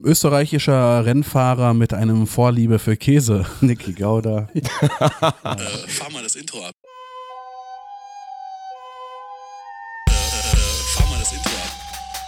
Österreichischer Rennfahrer mit einem Vorliebe für Käse. Niki Gauda. Fahr mal das Intro ab. Fahr mal das Intro ab.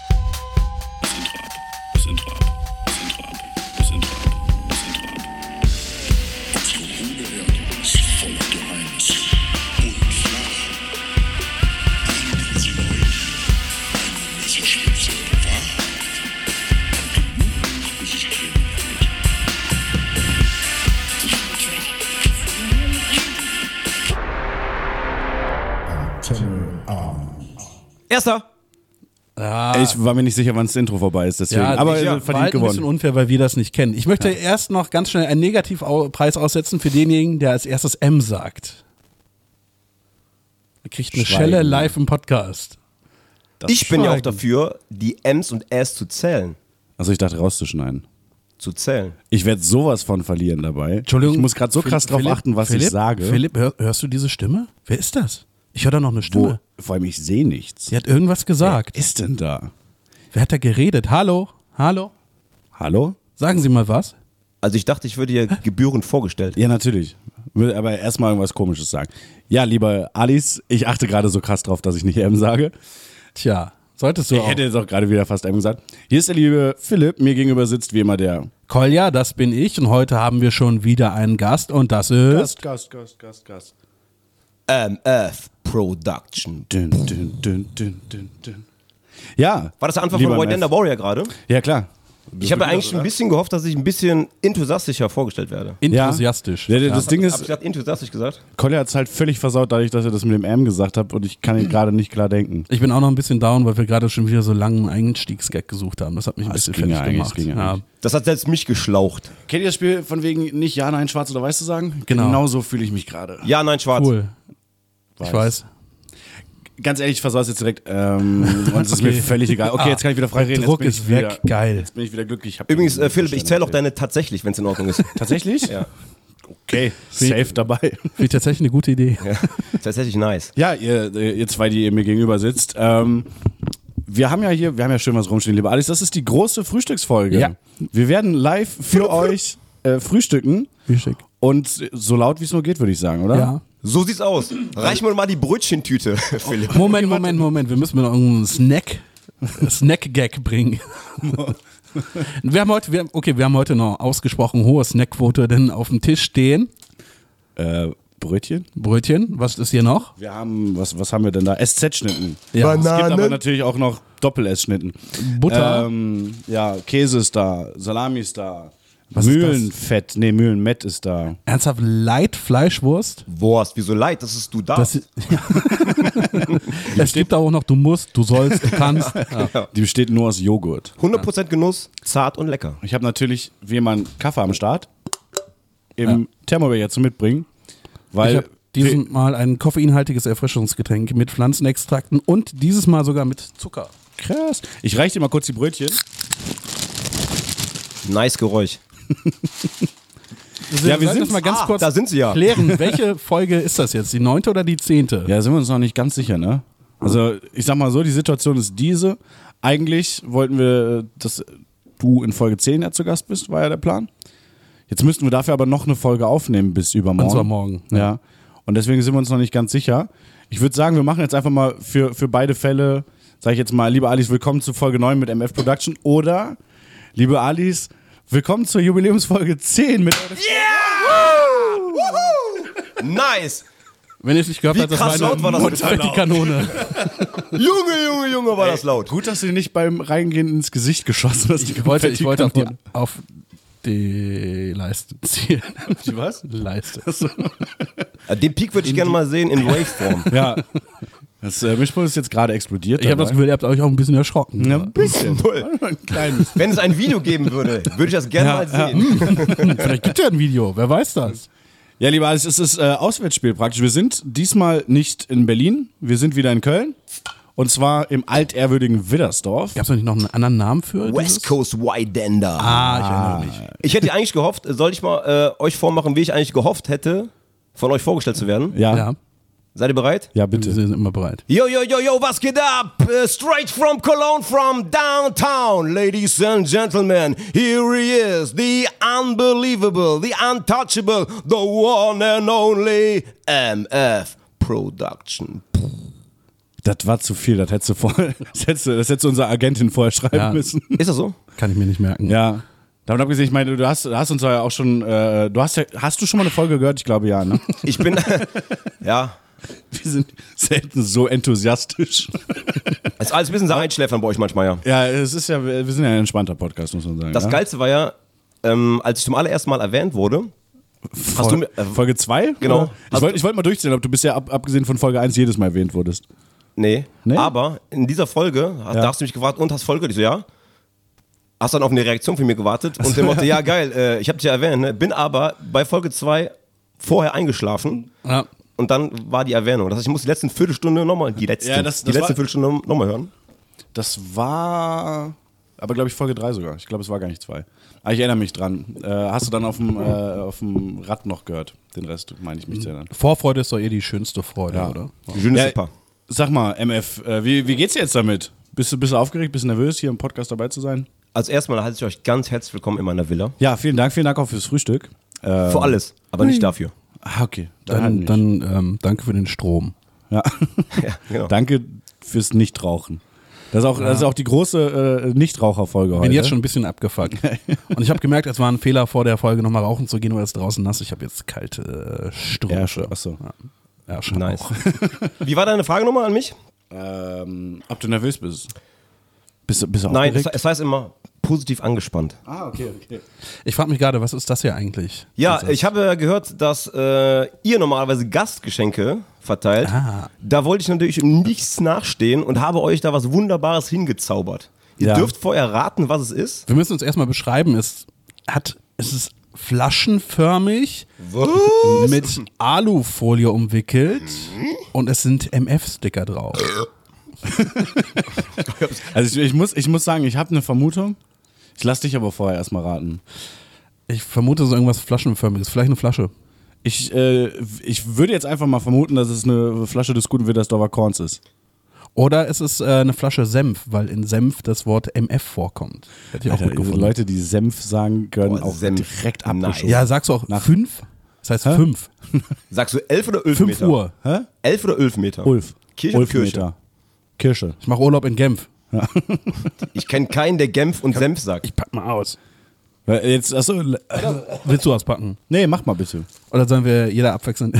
Das Intro ab. Das Intro ab. Das Intro ab. Das Intro ab. Das Intro ab. Unsere runde Erde ist voller Geheimnisse und flach. Einige sind neu, einige zerschlitzte Wahrheit. Und genug, bis es drin wird. Erster. Ja, Ich war mir nicht sicher, wann das Intro vorbei ist, deswegen. Ja, aber war verdient halt ein bisschen gewonnen. unfair, weil wir das nicht kennen. Ich möchte erst noch ganz schnell einen Negativpreis aussetzen für denjenigen, der als erstes M sagt. Er kriegt eine Schweigen. Schelle live im Podcast. Ich bin ja auch Schweigen. dafür, die M's und Äs zu zählen. Also ich dachte rauszuschneiden. Zu zählen. Ich werde sowas von verlieren dabei. Entschuldigung. Ich muss gerade so krass drauf achten, was ich sage. Philipp, hörst du diese Stimme? Wer ist das? Ich höre da noch eine Stimme. Vor allem, ich sehe nichts. Sie hat irgendwas gesagt. Wer ist denn da? Wer hat da geredet? Hallo? Hallo? Hallo? Sagen Sie mal was. Also ich dachte, ich würde dir gebührend vorgestellt. Ja, natürlich. Will aber erstmal irgendwas Komisches sagen. Ja, lieber Alice, ich achte gerade so krass drauf, dass ich nicht M sage. Tja, solltest du Ich auch. hätte jetzt auch gerade wieder fast M gesagt. Hier ist der liebe Philipp, mir gegenüber sitzt wie immer der Kolja, das bin ich und heute haben wir schon wieder einen Gast und das ist... Gast. MF Production. Dün. Ja. War das der Anfang lieber von White MF. Dender Warrior gerade? Ja, klar. Ich habe ja eigentlich ein bisschen gehofft, dass ich ein bisschen enthusiastischer vorgestellt werde. Enthusiastisch. Das Ding Hab ich ist, gerade enthusiastisch gesagt? Collier hat es halt völlig versaut, dadurch, dass er das mit dem M gesagt hat und ich kann ihn gerade nicht klar denken. Ich bin auch noch ein bisschen down, weil wir gerade schon wieder so langen Einstiegsgag gesucht haben. Das hat mich ein Das bisschen ging fertig ja gemacht. eigentlich, das ging ja eigentlich. Das hat selbst mich geschlaucht. Kennt ihr das Spiel von wegen nicht Ja, Nein, Schwarz oder Weiß zu sagen? Genau. Genauso fühle ich mich gerade. Ja, nein, schwarz. Cool. Ich weiß. Ganz ehrlich, ich versaue es jetzt direkt. Und es ist mir Okay. völlig egal. Okay, jetzt kann ich wieder frei reden. Druck jetzt bin ist ich weg. Wieder, Geil. Jetzt bin ich wieder glücklich. Hab Übrigens, den Philipp, ich zähle auch Verstand deine tatsächlich, wenn es in Ordnung ist. Tatsächlich? Ja. Okay, safe dabei. Finde ich tatsächlich eine gute Idee. Ja. Tatsächlich nice. Ja, ihr zwei, die ihr mir gegenüber sitzt. Wir haben ja schön was rumstehen, liebe Alice. Das ist die große Frühstücksfolge. Ja. Wir werden live für euch frühstücken. Frühstück. Und so laut wie es nur geht, würde ich sagen, oder? Ja. So sieht's aus. Reich mir mal die Brötchentüte, Philipp. Moment. Wir müssen mir noch irgendeinen Snack-Gag bringen. Wir haben heute noch ausgesprochen hohe Snackquote denn auf dem Tisch stehen. Brötchen? Brötchen, was ist hier noch? Wir haben, was haben wir denn da? SZ-Schnitten. Ja. Es gibt aber natürlich auch noch Doppel-S-Schnitten. Butter. Ja, Käse ist da, Salami ist da. Was ist das? Mühlenfett, Mühlenmett ist da. Ernsthaft Light Fleischwurst? Wurst, wieso leid? Das ist du da. Das ist, es gibt auch noch du musst, du sollst, du kannst. Ja. Die besteht nur aus Joghurt. 100% Genuss, zart und lecker. Ich habe natürlich wie immer einen Kaffee am Start. Im Thermobecher zu mitbringen. Ich Weil habe dieses Mal ein koffeinhaltiges Erfrischungsgetränk mit Pflanzenextrakten und dieses Mal sogar mit Zucker. krass. Ich reiche dir mal kurz die Brötchen. Nice Geräusch. Ja, wir Soll ich sind- das mal ganz kurz Da sind sie ja. klären. Welche Folge ist das jetzt? Die 9. oder die 10.? Ja, sind wir uns noch nicht ganz sicher, ne? Also, ich sag mal so, die Situation ist diese. Eigentlich wollten wir, dass du in Folge 10 ja zu Gast bist, war ja der Plan. Jetzt müssten wir dafür aber noch eine Folge aufnehmen bis übermorgen. Und zwar morgen. Ja. Und deswegen sind wir uns noch nicht ganz sicher. Ich würde sagen, wir machen jetzt einfach mal für beide Fälle, sage ich jetzt mal, liebe Alice, willkommen zu Folge 9 mit MF Production oder, liebe Alice, willkommen zur Jubiläumsfolge 10 mit Nice. Wenn ihr es nicht gehört Wie habt, das krass war laut war das eine bitte? die Kanone. Junge, war das laut. Gut, dass du dir nicht beim Reingehen ins Gesicht geschossen hast. Ich wollte auf die Leiste zielen. Die was? Leiste. Den Peak würde ich gerne mal sehen in Waveform. Ja. Das Mischpult ist jetzt gerade explodiert. Ich habe das Gefühl, ihr habt euch auch ein bisschen erschrocken. Ja, ein bisschen. Null. Ein kleines. Wenn es ein Video geben würde, würde ich das gerne mal sehen. Vielleicht gibt es ja ein Video, wer weiß das? Ja, lieber Alice, es ist Auswärtsspiel praktisch. Wir sind diesmal nicht in Berlin, wir sind wieder in Köln. Und zwar im altehrwürdigen Widdersdorf. Gab es nicht noch einen anderen Namen für West Coast Whitender. Ich erinnere mich. Ich hätte eigentlich gehofft, soll ich mal euch vormachen, wie ich eigentlich gehofft hätte, von euch vorgestellt zu werden? Ja. Ja. Seid ihr bereit? Ja, Wir bitte. sind immer bereit. Yo, yo, yo, yo, was geht ab? Straight from Cologne, from downtown. Ladies and gentlemen, here he is, the unbelievable, the untouchable, the one and only MF Production. Das war zu viel, das hättest du unserer Agentin vorher schreiben Ja. müssen. Ist das so? Kann ich mir nicht merken. Ja. Davon abgesehen, ich meine, du hast uns ja auch schon, hast du schon mal eine Folge gehört? Ich glaube ja, ne? Ich bin, ja, Wir sind selten so enthusiastisch. ist alles ein bisschen so Einschläfern bei euch manchmal, ja. Ja, wir sind ja ein entspannter Podcast, muss man sagen. Das ja? Geilste war ja, als ich zum allerersten Mal erwähnt wurde, hast du mir, Folge 2? Genau. Ich wollte mal durchzählen, ob du bisher abgesehen von Folge 1 jedes Mal erwähnt wurdest. nee, Nee? aber in dieser Folge, da hast du mich gefragt, und hast Folge? Ich so, ja. Hast dann auf eine Reaktion von mir gewartet und der Motto, ja geil, ich hab dich ja erwähnt, ne? Bin aber bei Folge 2 vorher eingeschlafen Ja. und dann war die Erwähnung. Das heißt, ich muss die letzten Viertelstunde nochmal, die letzte Viertelstunde nochmal hören. Das war, aber glaube ich Folge 3 sogar. Ich glaube, es war gar nicht 2. Aber ich erinnere mich dran. Hast du dann auf dem Rad noch gehört? Den Rest meine ich mich zu erinnern. Vorfreude ist doch eh die schönste Freude, Ja. oder? Je ne Ja, sais pas. Sag mal, MF, wie geht's dir jetzt damit? Bist du aufgeregt, bist du nervös, hier im Podcast dabei zu sein? Also erstmal heiße ich euch ganz herzlich willkommen in meiner Villa. Ja, vielen Dank auch fürs Frühstück. Für alles, aber nicht dafür. Okay, Dann danke für den Strom. ja. Ja, genau. Danke fürs Nichtrauchen. Das ist auch die große Nichtraucherfolge heute. Bin jetzt schon ein bisschen abgefuckt. Und ich habe gemerkt, es war ein Fehler, vor der Folge nochmal rauchen zu gehen, weil es draußen nass. Ich habe jetzt kalte Strom. Achso. Ja, schon Nice. auch. Wie war deine Frage nochmal an mich? Ob du nervös bist? Bist du Nein, aufgeregt? es heißt immer positiv angespannt. Ah, okay. Ich frage mich gerade, was ist das hier eigentlich? Ja, Was ist das? ich habe gehört, dass ihr normalerweise Gastgeschenke verteilt. Ah. Da wollte ich natürlich nichts nachstehen und habe euch da was Wunderbares hingezaubert. Ihr Ja. dürft vorher raten, was es ist. Wir müssen uns erstmal beschreiben. Es ist flaschenförmig mit Alufolie umwickelt und es sind MF-Sticker drauf. Also ich muss sagen, ich habe eine Vermutung. Ich lasse dich aber vorher erstmal raten. Ich vermute so irgendwas Flaschenförmiges, vielleicht eine Flasche. Ich würde jetzt einfach mal vermuten, dass es eine Flasche des guten Widdersdorfer Korns ist. Oder es ist eine Flasche Senf, weil in Senf das Wort MF vorkommt. Hätte ich auch gut Alter, gefunden. Leute, die Senf sagen, können Boah, auch Senf. direkt Nice. abgeschoben. Ja, sagst du auch 5? Das heißt 5. Sagst du 11 oder 11 5 Meter? Uhr. Hä? 11 oder 11 Meter? Ulf. Kirche oder Ulf Kirche? Meter. Kirsche. Ich mache Urlaub in Genf. Ich kenne keinen, der Genf und Senf sagt. Ich pack mal aus. Jetzt, achso, Willst du auspacken? nee, mach mal bitte. Oder sollen wir jeder abwechselnd?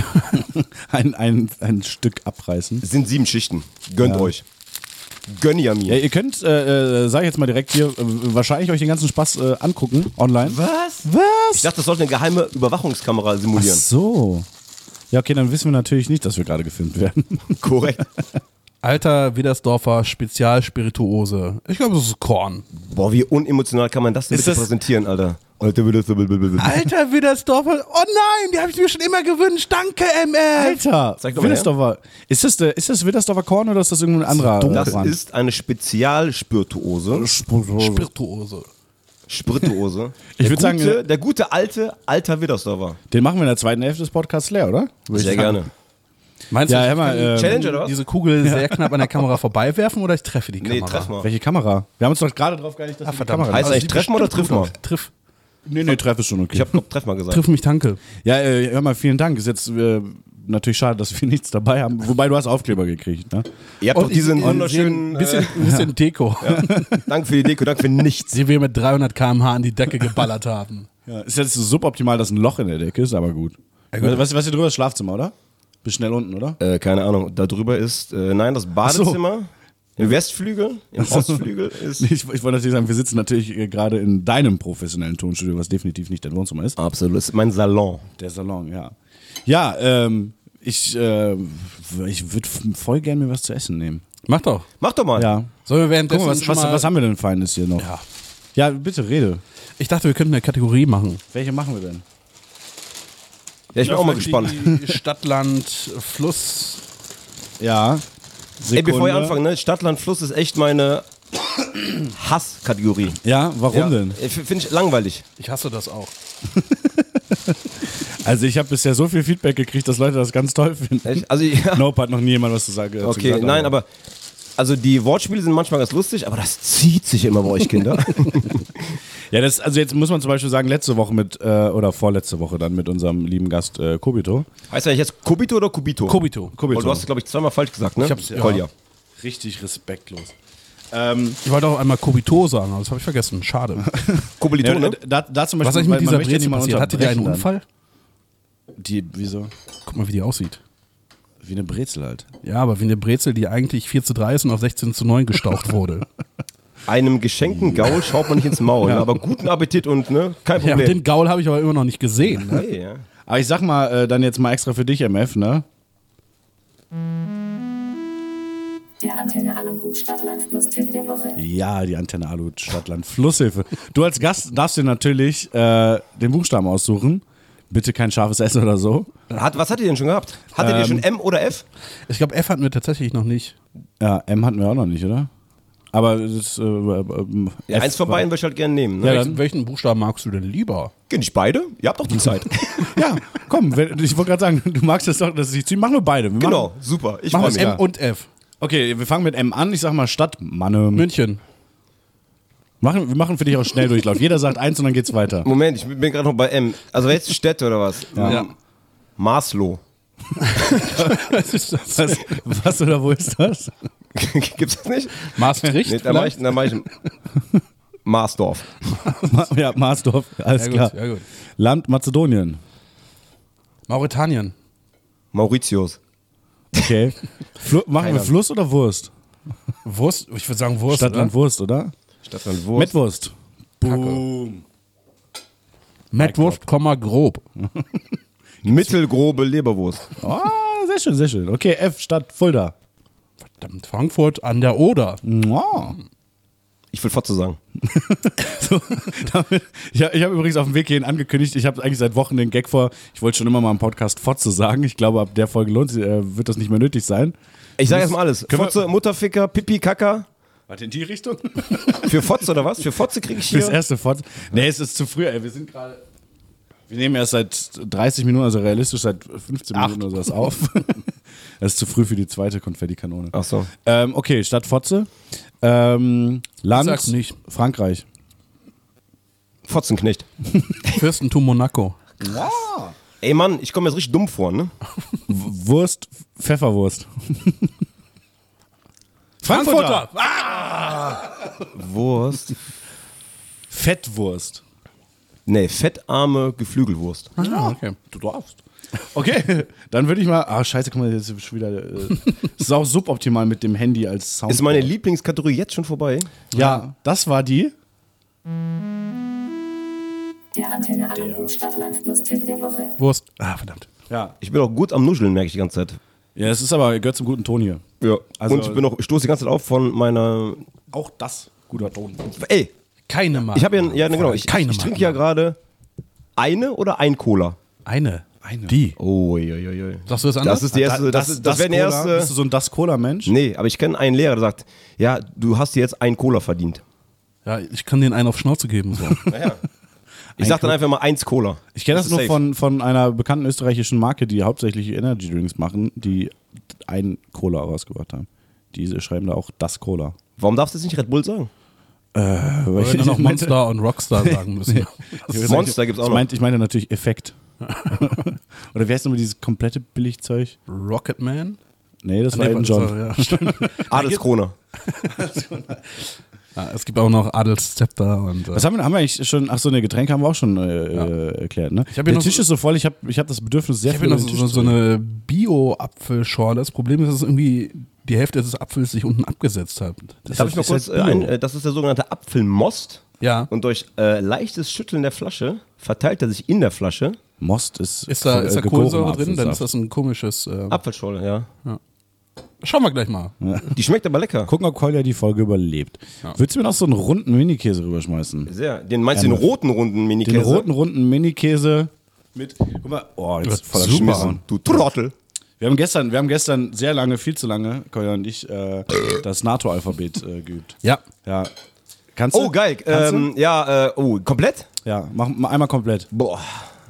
Ein Stück abreißen. Es sind 7 Schichten. Gönnt euch. Gönn ja mir. Ja, ihr könnt, sag ich jetzt mal direkt hier, wahrscheinlich euch den ganzen Spaß angucken, online. Was? Was? Ich dachte, das sollte eine geheime Überwachungskamera Ach simulieren. so. Ja, okay, dann wissen wir natürlich nicht, dass wir gerade gefilmt werden. Korrekt. Alter Widdersdorfer Spezialspirituose. Ich glaube, das ist Korn. Boah, wie unemotional kann man das denn Ist bitte das- präsentieren, Alter? Alter, Alter Widdersdorfer. Oh nein, die habe ich mir schon immer gewünscht. Danke, MF. Alter, Zeig doch mal Widdersdorfer. Ist das Widdersdorfer Korn oder ist das irgendein anderer Das Brand? ist eine Spezialspirituose. Spirituose. Spirituose. Ich würd sagen, der gute alter Widdersdorfer. Den machen wir in der zweiten Hälfte des Podcasts leer, oder? Sehr gerne. Meinst Ja, du, hör ich mal, kann Challenge oder was? diese Kugel sehr knapp an der Kamera vorbeiwerfen oder ich treffe die Nee, Kamera? treff mal. Welche Kamera? Wir haben uns doch gerade drauf geeinigt, dass wir die verdammt. Kamera Heißt Also eigentlich die treffen oder bestimmt triff mal? gut aus. Triff. Nee, treff ist schon okay. Ich hab noch treff mal gesagt. Triff mich, danke. Ja, hör mal, vielen Dank. Ist jetzt natürlich schade, dass wir nichts dabei haben. Wobei, du hast Aufkleber gekriegt, ne? Ihr habt doch diesen wunderschönen. Bisschen Deko, Danke für die Deko, danke für nichts. die wir mit 300 km/h an die Decke geballert haben. Ja, ist jetzt suboptimal, dass ein Loch in der Decke ist, aber gut. gut. Was hier drüber ist? Schlafzimmer, oder? Bist schnell unten, oder? Keine Ahnung. Da drüber ist, nein, das Badezimmer. Im Westflügel, im Ostflügel ist. Ich wollte natürlich sagen, wir sitzen natürlich gerade in deinem professionellen Tonstudio, was definitiv nicht dein Wohnzimmer ist. Absolut, das ist mein Salon. Der Salon, ja. Ja, ich würde voll gerne mir was zu essen nehmen. Mach doch. Mach doch mal. Ja. Sollen wir Guck währenddessen mal, schon mal... was haben wir denn Feines hier noch? Ja. Ja, bitte rede. Ich dachte, wir könnten eine Kategorie machen. Welche machen wir denn? Ja, ich bin auch mal gespannt. Die Stadt, Land, Fluss. Ja. Ey, bevor ihr anfangt, ne? Stadt, Land, Fluss ist echt meine Hasskategorie. Ja, warum Ja. denn? Finde ich langweilig. Ich hasse das auch. Also ich habe bisher so viel Feedback gekriegt, dass Leute das ganz toll finden. Echt? Also, ja. Nope, hat noch nie jemand was zu sagen. dazu Okay, gesagt, nein, aber also die Wortspiele sind manchmal ganz lustig, aber das zieht sich immer bei euch Kinder. Ja, also jetzt muss man zum Beispiel sagen, letzte Woche oder vorletzte Woche dann mit unserem lieben Gast Kobito. Heißt eigentlich jetzt Kobito oder Kubito? Kobito. Oh, du hast es, glaube ich, zweimal falsch gesagt, ne? Ich hab's, ja. Kolja. Richtig respektlos. Ich wollte auch einmal Kobito sagen, aber das habe ich vergessen. Schade. Kobilito, ne? Da zum Beispiel, Was ist eigentlich mit weil man dieser möchte ja Brezel niemanden passiert? Hatte die einen unterbrechen Unfall? dann. Wieso? Guck mal, wie die aussieht. Wie eine Brezel halt. Ja, aber wie eine Brezel, die eigentlich 4:3 ist und auf 16:9 gestaucht wurde. Einem geschenkten Gaul schaut man nicht ins Maul, ne? Aber guten Appetit und ne, kein Ja, Problem. den Gaul habe ich aber immer noch nicht gesehen. Ne? Hey, ja. Aber ich sag mal, dann jetzt mal extra für dich, MF, ne? Der Antenne Aluhut Stadtland Flusshilfe der Woche. Ja, die Antenne Alu Stadtland Flusshilfe. Du als Gast darfst dir natürlich den Buchstaben aussuchen. Bitte kein scharfes S oder so. Was hat ihr denn schon gehabt? Hattet ihr schon M oder F? Ich glaube, F hatten wir tatsächlich noch nicht. Ja, M hatten wir auch noch nicht, oder? Aber das Ja, eins von beiden würde ich halt gerne nehmen. Ne? Ja, Welchen, welchen Buchstaben magst du denn lieber? Gehen nicht beide? Ihr habt doch die Zeit. Ja, komm, ich wollte gerade sagen, du magst das doch, dass ich ziehen. Machen wir beide. Wir Genau, super. Ich Machen freue wir mich. M und F. Okay, wir fangen mit M an. Ich sag mal Stadt Mannheim. München. Wir machen für dich auch Schnelldurchlauf. Jeder sagt eins und dann geht's weiter. Moment, ich bin gerade noch bei M. Also jetzt Städte oder was? Ja. Maßloh. Was ist das? Was oder wo ist das? Gibt's das nicht? Maastricht? Nee, da mach ich Marsdorf. Ja, Marsdorf, alles Ja, klar. gut, ja, gut. Land Mazedonien. Mauretanien. Mauritius. Okay. Machen wir Fluss oder Wurst? Wurst? Ich würde sagen Wurst. Stadtland oder? Wurst, oder? Stadtland Wurst. Mettwurst. Boom. Mettwurst, grob. Mittelgrobe Leberwurst. Oh, sehr schön, sehr schön. Okay, F, Stadt Fulda. Verdammt, Frankfurt an der Oder. Oh. Ich will Fotze sagen. Ich habe übrigens auf dem Weg hierhin angekündigt, ich habe eigentlich seit Wochen den Gag vor, ich wollte schon immer mal im Podcast Fotze sagen. Ich glaube, ab der Folge wird das nicht mehr nötig sein. Ich sage erstmal alles. Können wir- Fotze, Mutterficker, Pipi, Kaka. Warte, in die Richtung? Für Fotze oder was? Für Fotze kriege ich Fürs hier. erste Fotze. Nee, es ist zu früh, ey. Wir nehmen erst seit 30 Minuten, also realistisch seit 15 Minuten oder so auf. Das ist zu früh für die zweite Konfettikanone. Ach so. Okay, Stadt Fotze. Land Sag's nicht. Frankreich. Fotzenknecht. Fürstentum Monaco. Ey Mann, ich komme mir jetzt richtig dumm vor, ne? Wurst, Pfefferwurst. Frankfurter. Wurst. Fettwurst. Nee, fettarme Geflügelwurst. Ah, okay. Du darfst. Okay, dann würde ich mal. Scheiße, guck mal, jetzt ist schon wieder. Das ist auch suboptimal mit dem Handy als Sound. Ist meine Lieblingskategorie jetzt schon vorbei? Ja, das war die. Der Antenne Aluhut Stadtland Flusshilfe der Woche. Wurst. Verdammt. Ja. Ich bin auch gut am Nuscheln, merke ich die ganze Zeit. Ja, es ist aber, gehört zum guten Ton hier. Ja. Also- Und ich stoße die ganze Zeit auf von meiner. Auch das, guter Ton. Ey, Keine Marke. ich habe ja genau, ich Keine trinke ja gerade eine oder ein Cola. Eine. Eine. Die. Oh, oi. Sagst du das anders? Das ist die erste, das wäre die erste. Bist du so ein Das-Cola-Mensch? Nee, aber ich kenne einen Lehrer, der sagt, ja, du hast dir jetzt einen Cola verdient. Ja, ich kann den einen auf Schnauze geben. So. Naja. Ich sag dann einfach mal 1 Cola. Ich kenne das ist nur safe. von einer bekannten österreichischen Marke, die hauptsächlich Energy Drinks machen, die ein Cola rausgebracht haben. Die schreiben da auch das Cola. Warum darfst du jetzt nicht Red Bull sagen? Weil Weil wir noch Monster und Rockstar sagen müssen. Monster gibt's auch noch. Ich meinte natürlich Effekt. Oder wie heißt nochmal dieses komplette Billigzeug? Rocketman? Nee, das war Elton John. Ja, stimmt. Adelskrone. Ja, es gibt auch noch Adelszepter und. Was haben wir eigentlich schon? Achso, ne, Getränke haben wir auch schon erklärt, ne? Ich hab hier Der noch Tisch so- ist so voll, ich hab das Bedürfnis, sehr Ich habe viel hier noch über den Tisch so zu reden. eine Bio-Apfelschorle. Das Problem ist, dass irgendwie die Hälfte des Apfels sich unten abgesetzt hat. Darf ich mal ist kurz, halt Bio. das ist der sogenannte Apfelmost. Ja. Und durch leichtes Schütteln der Flasche verteilt er sich in der Flasche. Most ist Ist da gegorener Kohlensäure drin? Dann ist Apfelsaft. das ein komisches. Apfelschorle, ja. Schauen wir gleich mal. Die schmeckt aber lecker. Gucken, ob Kolja die Folge überlebt. Würdest du mir noch so einen runden Minikäse rüberschmeißen? Sehr. Meinst du den roten runden Minikäse? Den roten runden Minikäse mit. Guck mal, oh, jetzt voller Super. Schmissen. Du Trottel. Wir haben gestern sehr lange, viel zu lange, Kolja und ich, das NATO-Alphabet geübt. Ja. Ja. Kannst du? Oh, geil. Kannst du? Komplett? Ja, mach mal einmal komplett. Boah.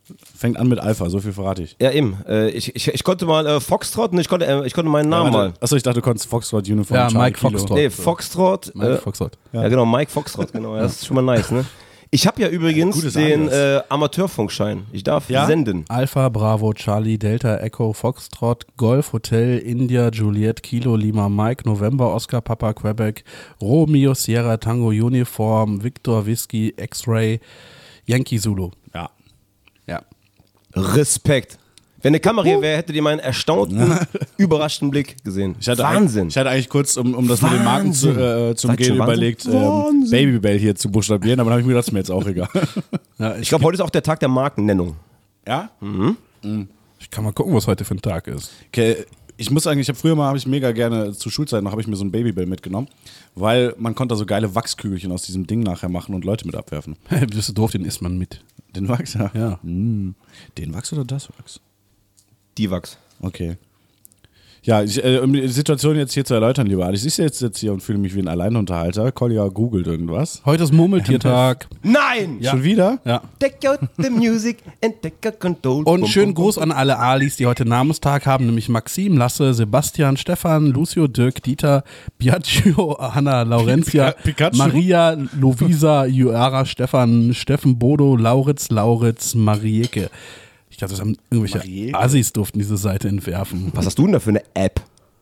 Fängt an mit Alpha, so viel verrate ich. Ja, eben. Ich konnte mal Foxtrot und ich konnte meinen Namen mal. Achso, ich dachte, du konntest Foxtrot Uniform. Ja, Charlie Mike Kilo. Foxtrot. Nee, Foxtrot. Mike Foxtrot. Ja, genau, Mike Foxtrot, genau. Das ist schon mal nice, ne? Ich habe ja übrigens Gutes den Alias. Amateurfunkschein. Ich darf Ja? senden. Alpha, Bravo, Charlie, Delta, Echo, Foxtrot, Golf, Hotel, India, Juliet, Kilo, Lima, Mike, November, Oscar, Papa, Quebec, Romeo, Sierra, Tango, Uniform, Victor, Whisky, X-Ray, Yankee, Zulu. Ja. Ja. Respekt. Wenn eine Kamera hier wäre, hättet ihr meinen erstaunten, überraschten Blick gesehen. Wahnsinn. Ich hatte eigentlich kurz, um das mit den Marken zu Sagt gehen, schon überlegt, Wahnsinn. Babybel hier zu buchstabieren, aber dann habe ich mir gedacht, ist mir jetzt auch egal. Ja, Ich glaube, heute ist auch der Tag der Markennennung. Ja? ich kann mal gucken, was heute für ein Tag ist. Okay. Ich muss sagen, habe ich mega gerne zu Schulzeiten noch, habe ich mir so ein Babybell mitgenommen, weil man konnte da so geile Wachskügelchen aus diesem Ding nachher machen und Leute mit abwerfen. Bist du doof, den isst man mit. Den Wachs, ja. Ja. Den Wachs oder das Wachs? Die Wachs. Okay. Ja, um die Situation jetzt hier zu erläutern, lieber Alex, ich sitze jetzt hier und fühle mich wie ein Alleinunterhalter. Kolja googelt irgendwas. Heute ist Murmeltiertag. Nein! Ja. Schon wieder? Ja. Take out the music and take a control. Und schönen Gruß an alle Alis, die heute Namenstag haben, nämlich Maxim, Lasse, Sebastian, Stefan, Lucio, Dirk, Dieter, Biagio, Hanna, Laurentia, Pikachu? Maria, Lovisa, Juara, Steffen, Bodo, Lauritz, Marieke. Ich glaube, das haben irgendwelche Marieke? Assis durften diese Seite entwerfen. Was hast du denn da für eine App?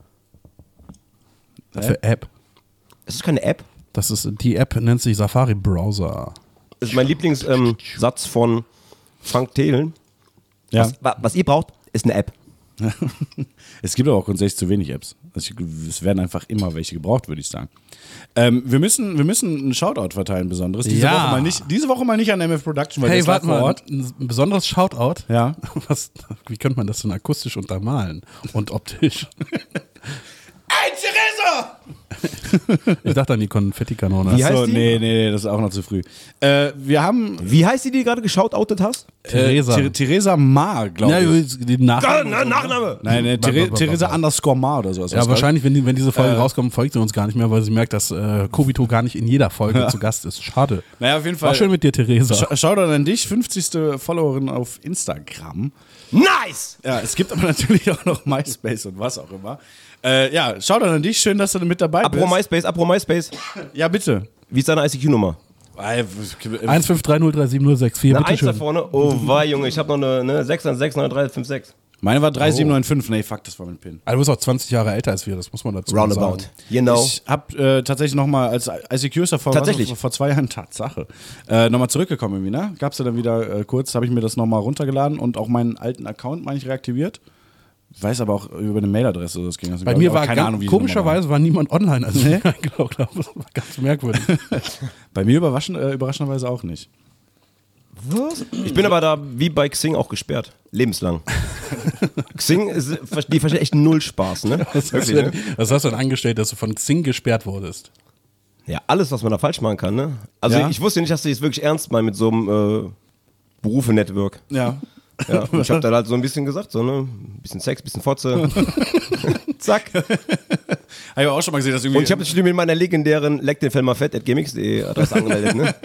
Was für App? Es ist keine App. Das ist, die App nennt sich Safari Browser. Das ist mein Lieblingssatz von Frank Thelen. Ja. Was ihr braucht, ist eine App. Es gibt aber auch grundsätzlich zu wenig Apps. Also es werden einfach immer welche gebraucht, würde ich sagen. Wir müssen einen Shoutout verteilen, besonderes. Diese Woche mal nicht an MF Production, weil Hey, das war warte vor mal, Ort. ein besonderes Shoutout. Ja. Wie könnte man das denn akustisch untermalen und optisch? Hey, Theresa! Ich dachte an die Konfettikanone. Wie heißt So, die? nee, das ist auch noch zu früh. Wir haben Wie heißt die gerade geshoutoutet hast? Theresa. Theresa Ma, glaube Ja, ich. die Nachname. Nachname! Nein, Theresa underscore Ma oder sowas. Ja, wahrscheinlich, wenn diese Folge rauskommt, folgt sie uns gar nicht mehr, weil sie merkt, dass Kobito gar nicht in jeder Folge zu Gast ist. Schade. Naja, auf jeden Fall. War schön mit dir, Theresa. Shoutout an dich, 50. Followerin auf Instagram. Nice! Ja, es gibt aber natürlich auch noch MySpace und was auch immer. Ja, Shoutout an dich, schön, dass du mit dabei bist. Apro MySpace. Ja, bitte. Wie ist deine ICQ-Nummer? 153033064, Eine bitte 1 da schön. vorne. Oh, wei, Junge, ich habe noch eine 6169356. Meine war 3795. Nee, fuck, das war mein PIN. Also, du bist auch 20 Jahre älter als wir, das muss man dazu Roundabout. sagen. You know. Ich habe tatsächlich nochmal als ICQ ist ja vor 2 Jahren, Tatsache, nochmal zurückgekommen irgendwie, ne? Gab's ja dann wieder kurz, habe ich mir das nochmal runtergeladen und auch meinen alten Account, meine ich, reaktiviert. Weiß aber auch über eine Mailadresse, das ging. Bei mir war keine Ahnung, wie die komischerweise war niemand online, als ich mich eingeloggt habe. Das war ganz merkwürdig. Bei mir überraschenderweise auch nicht. Was? Ich bin aber da wie bei Xing auch gesperrt. Lebenslang. Xing, die versteht echt null Spaß, ne? Wirklich, ne? Was hast du denn angestellt, dass du von Xing gesperrt wurdest? Ja, alles, was man da falsch machen kann, ne? Also Ja. ich wusste nicht, dass die es wirklich ernst meinen mit so einem Berufe-Network. Ja. Ja, und ich habe da halt so ein bisschen gesagt, so, ne? Ein bisschen Sex, ein bisschen Fotze. Zack. Habe ich auch schon mal gesehen, dass irgendwie. Und ich habe mich mit meiner legendären leckdenfilmerfett@gmx.de Adresse angemeldet, ne?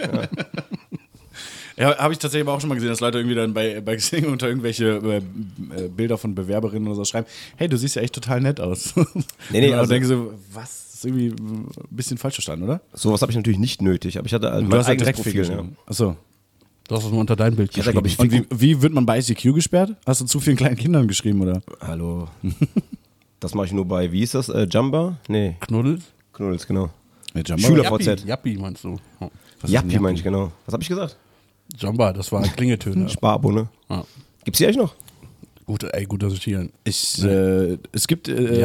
Ja. Ja, habe ich tatsächlich aber auch schon mal gesehen, dass Leute irgendwie dann bei Xing unter irgendwelche Bilder von Bewerberinnen oder so schreiben, hey, du siehst ja echt total nett aus. Nee, und also- denke so, was? Das ist irgendwie ein bisschen falsch verstanden, oder? Sowas habe ich natürlich nicht nötig, aber ich hatte halt Du mein hast ja eigenes direkt Profil. viel. Ja. Achso. Du hast es nur unter dein Bild Ich hatte, glaub geschrieben. ich, Und wie wird man bei ICQ gesperrt? Hast du zu vielen kleinen Kindern geschrieben, oder? Hallo. Das mache ich nur bei, wie hieß das? Jumba? Nee, Knuddel? Knuddels, genau. Mit Jumbo? Schüler- Jappi, VZ. Jappi meinst du? Oh. Jappi meine ich, genau. Was habe ich gesagt? Jamba, das war Klingeltöne. Sparabo, ne? Ja. Gibt's die eigentlich noch? Gut, dass ich hier. Es gibt.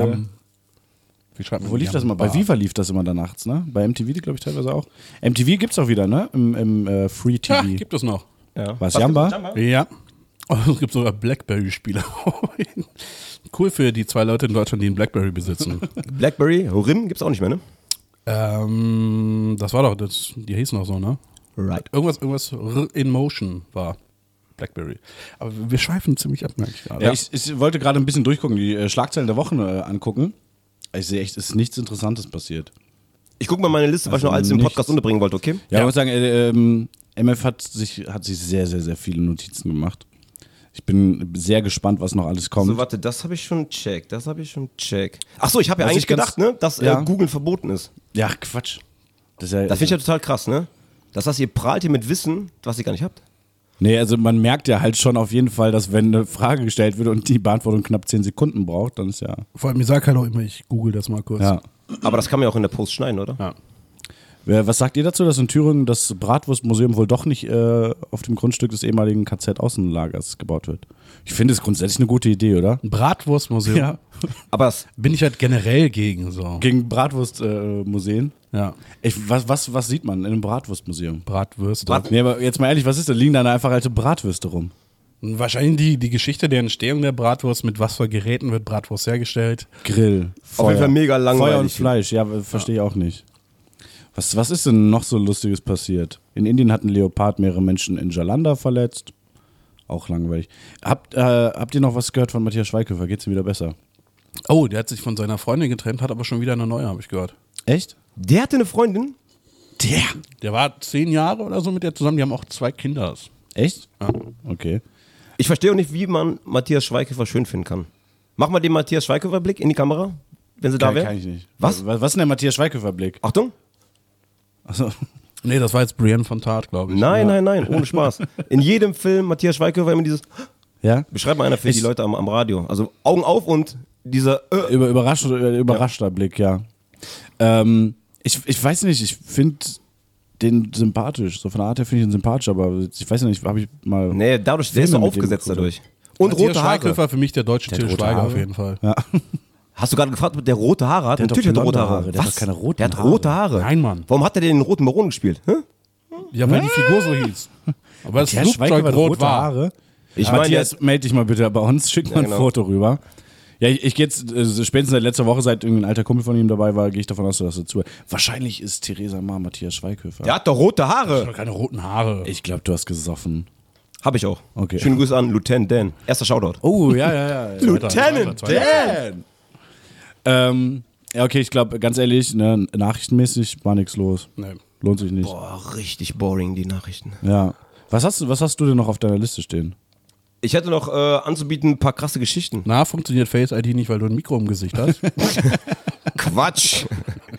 Wie schreibt man Wo lief das immer? Bei Viva lief das immer dann nachts, ne? Bei MTV, glaube ich, teilweise auch. MTV gibt's auch wieder, ne? Im Free TV. Ja, gibt es noch. Ja. Was, Jamba? Ja. Oh, es gibt sogar Blackberry-Spiele. Cool für die 2 Leute in Deutschland, die einen Blackberry besitzen. Blackberry, RIM gibt's auch nicht mehr, ne? Das war doch, die hieß noch so, ne? Right. Irgendwas in Motion war Blackberry. Aber wir schweifen ziemlich ab, merke ich gerade. Ja, ich wollte gerade ein bisschen durchgucken, die Schlagzeilen der Wochen angucken. Ich sehe echt, es ist nichts Interessantes passiert. Ich gucke mal meine Liste, was ich noch alles im nichts. Podcast unterbringen wollte, okay? Ja, ich muss sagen, MF hat sich sehr, sehr, sehr viele Notizen gemacht. Ich bin sehr gespannt, was noch alles kommt. So, warte, das habe ich schon check. Achso, ich habe ja Was eigentlich ich ganz- gedacht, ne, dass Ja. Google verboten ist. Ja, Quatsch. Das ist ja, Das finde ich ja total krass, ne? Das, ihr prahlt hier mit Wissen, was ihr gar nicht habt. Nee, also man merkt ja halt schon auf jeden Fall, dass wenn eine Frage gestellt wird und die Beantwortung knapp 10 Sekunden braucht, dann ist ja... Vor allem, ich sag halt auch immer, ich google das mal kurz. ja. Aber das kann man ja auch in der Post schneiden, oder? Ja. Was sagt ihr dazu, dass in Thüringen das Bratwurstmuseum wohl doch nicht auf dem Grundstück des ehemaligen KZ-Außenlagers gebaut wird? Ich finde es grundsätzlich eine gute Idee, oder? Ein Bratwurstmuseum. Ja. Aber das, Bin ich halt generell gegen so. Gegen Bratwurstmuseen. Ja. Was sieht man in einem Bratwurstmuseum? Bratwürste. Nee, aber jetzt mal ehrlich, was ist da? Liegen da einfach alte Bratwürste rum? Wahrscheinlich die Geschichte der Entstehung der Bratwurst, mit was für Geräten wird Bratwurst hergestellt. Grill, Feuer. Auf jeden Fall mega langweilig. Feuer und Fleisch, ja, verstehe ich auch nicht. Was ist denn noch so Lustiges passiert? In Indien hat ein Leopard mehrere Menschen in Jalandhar verletzt. Auch langweilig. Habt ihr noch was gehört von Matthias Schweighöfer? Geht's ihm wieder besser? Oh, der hat sich von seiner Freundin getrennt, hat aber schon wieder eine neue, habe ich gehört. Echt? der hatte eine Freundin? Der war 10 Jahre oder so mit der zusammen, die haben auch 2 Kinder. Echt? Ja. Okay. Ich verstehe auch nicht, wie man Matthias Schweighöfer schön finden kann. Mach mal den Matthias Schweighöfer-Blick in die Kamera, wenn sie da wäre. Kann ich nicht. Was? Was ist denn der Matthias Schweighöfer-Blick? Achtung. Achso. Nee, das war jetzt Brienne von Tat, glaube ich. Nein, ohne Spaß. In jedem Film Matthias Schweighöfer immer dieses, Ja? beschreib mal einer für die Leute am Radio. Also Augen auf und dieser Überraschter Blick, ja. Ich weiß nicht, ich finde den sympathisch. So von der Art her finde ich ihn sympathisch, aber ich weiß nicht, habe ich mal. Nee, dadurch, der ist so Filme mit dem aufgesetzt geguckt. dadurch. Und Matthias rote Haare. Schweighöfer für mich der deutsche Der Til hat rote Schweiger Haare? auf jeden Fall. Ja. Hast du gerade gefragt, ob der rote Haare hat? Der hat Natürlich doch hat er rote blonde Haare. Haare. Der hat Was? doch keine roten Der hat Haare. rote Haare. Nein, Mann. Warum hat er den roten Baron gespielt? Hä? Ja, weil die Figur so hieß. Aber das Der Schweighöfer Flugzeug hat rot rote war. Haare. Ich meine, Matthias, melde dich mal bitte bei uns, schick mal genau. ein Foto rüber. Ja, ich gehe jetzt, spätestens seit letzter Woche, seit irgendein alter Kumpel von ihm dabei war, gehe ich davon aus, dass er dazu. Wahrscheinlich ist Theresa Ma Matthias Schweighöfer. der hat doch rote Haare. Keine roten Haare. Ich glaube, du hast gesoffen. Hab ich auch. Okay. Schöne Grüße an Lieutenant Dan. Erster Shoutout. Oh, ja. Lieutenant Dan! Ja, okay, ich glaube, ganz ehrlich, ne, nachrichtenmäßig war nichts los. Nee. Lohnt sich nicht. Boah, richtig boring, die Nachrichten. Ja. Was hast du denn noch auf deiner Liste stehen? Ich hätte noch anzubieten ein paar krasse Geschichten. Na, funktioniert Face ID nicht, weil du ein Mikro im Gesicht hast. Quatsch.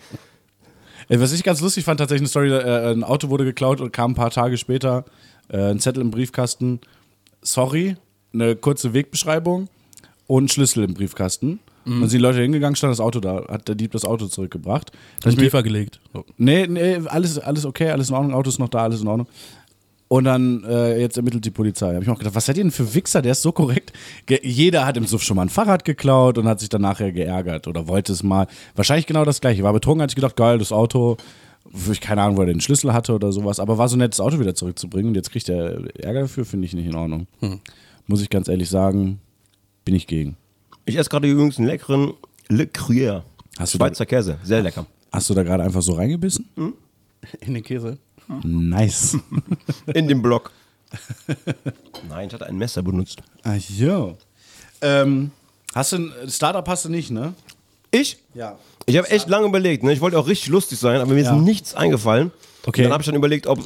Was ich ganz lustig fand, tatsächlich eine Story, ein Auto wurde geklaut und kam ein paar Tage später ein Zettel im Briefkasten. Sorry, eine kurze Wegbeschreibung und ein Schlüssel im Briefkasten. Und dann sind die Leute hingegangen, stand das Auto da, hat der Dieb das Auto zurückgebracht. Das ist Liefer gelegt. So. Nee, alles okay, alles in Ordnung, Auto ist noch da, alles in Ordnung. Und dann jetzt ermittelt die Polizei. Hab ich mir auch gedacht, was seid ihr denn für Wichser, der ist so korrekt. Jeder hat im Suff schon mal ein Fahrrad geklaut und hat sich dann nachher geärgert oder wollte es mal. Wahrscheinlich genau das gleiche. War betrunken, hatte ich gedacht, geil, das Auto, ich keine Ahnung, wo er den Schlüssel hatte oder sowas, aber war so nett, das Auto wieder zurückzubringen und jetzt kriegt er Ärger dafür, finde ich nicht in Ordnung. Muss ich ganz ehrlich sagen, bin ich gegen. Ich esse gerade übrigens einen leckeren Le Gruyère. Hast du Schweizer Käse. Sehr lecker. Hast du da gerade einfach so reingebissen? In den Käse. Nice. In dem Block. Nein, ich hatte ein Messer benutzt. Ah, jo. Hast du ein Startup hast du nicht, ne? Ich? Ja. Ich habe echt lange überlegt. Ne? Ich wollte auch richtig lustig sein, aber mir Ja. ist nichts eingefallen. Okay. Und dann habe ich dann überlegt, ob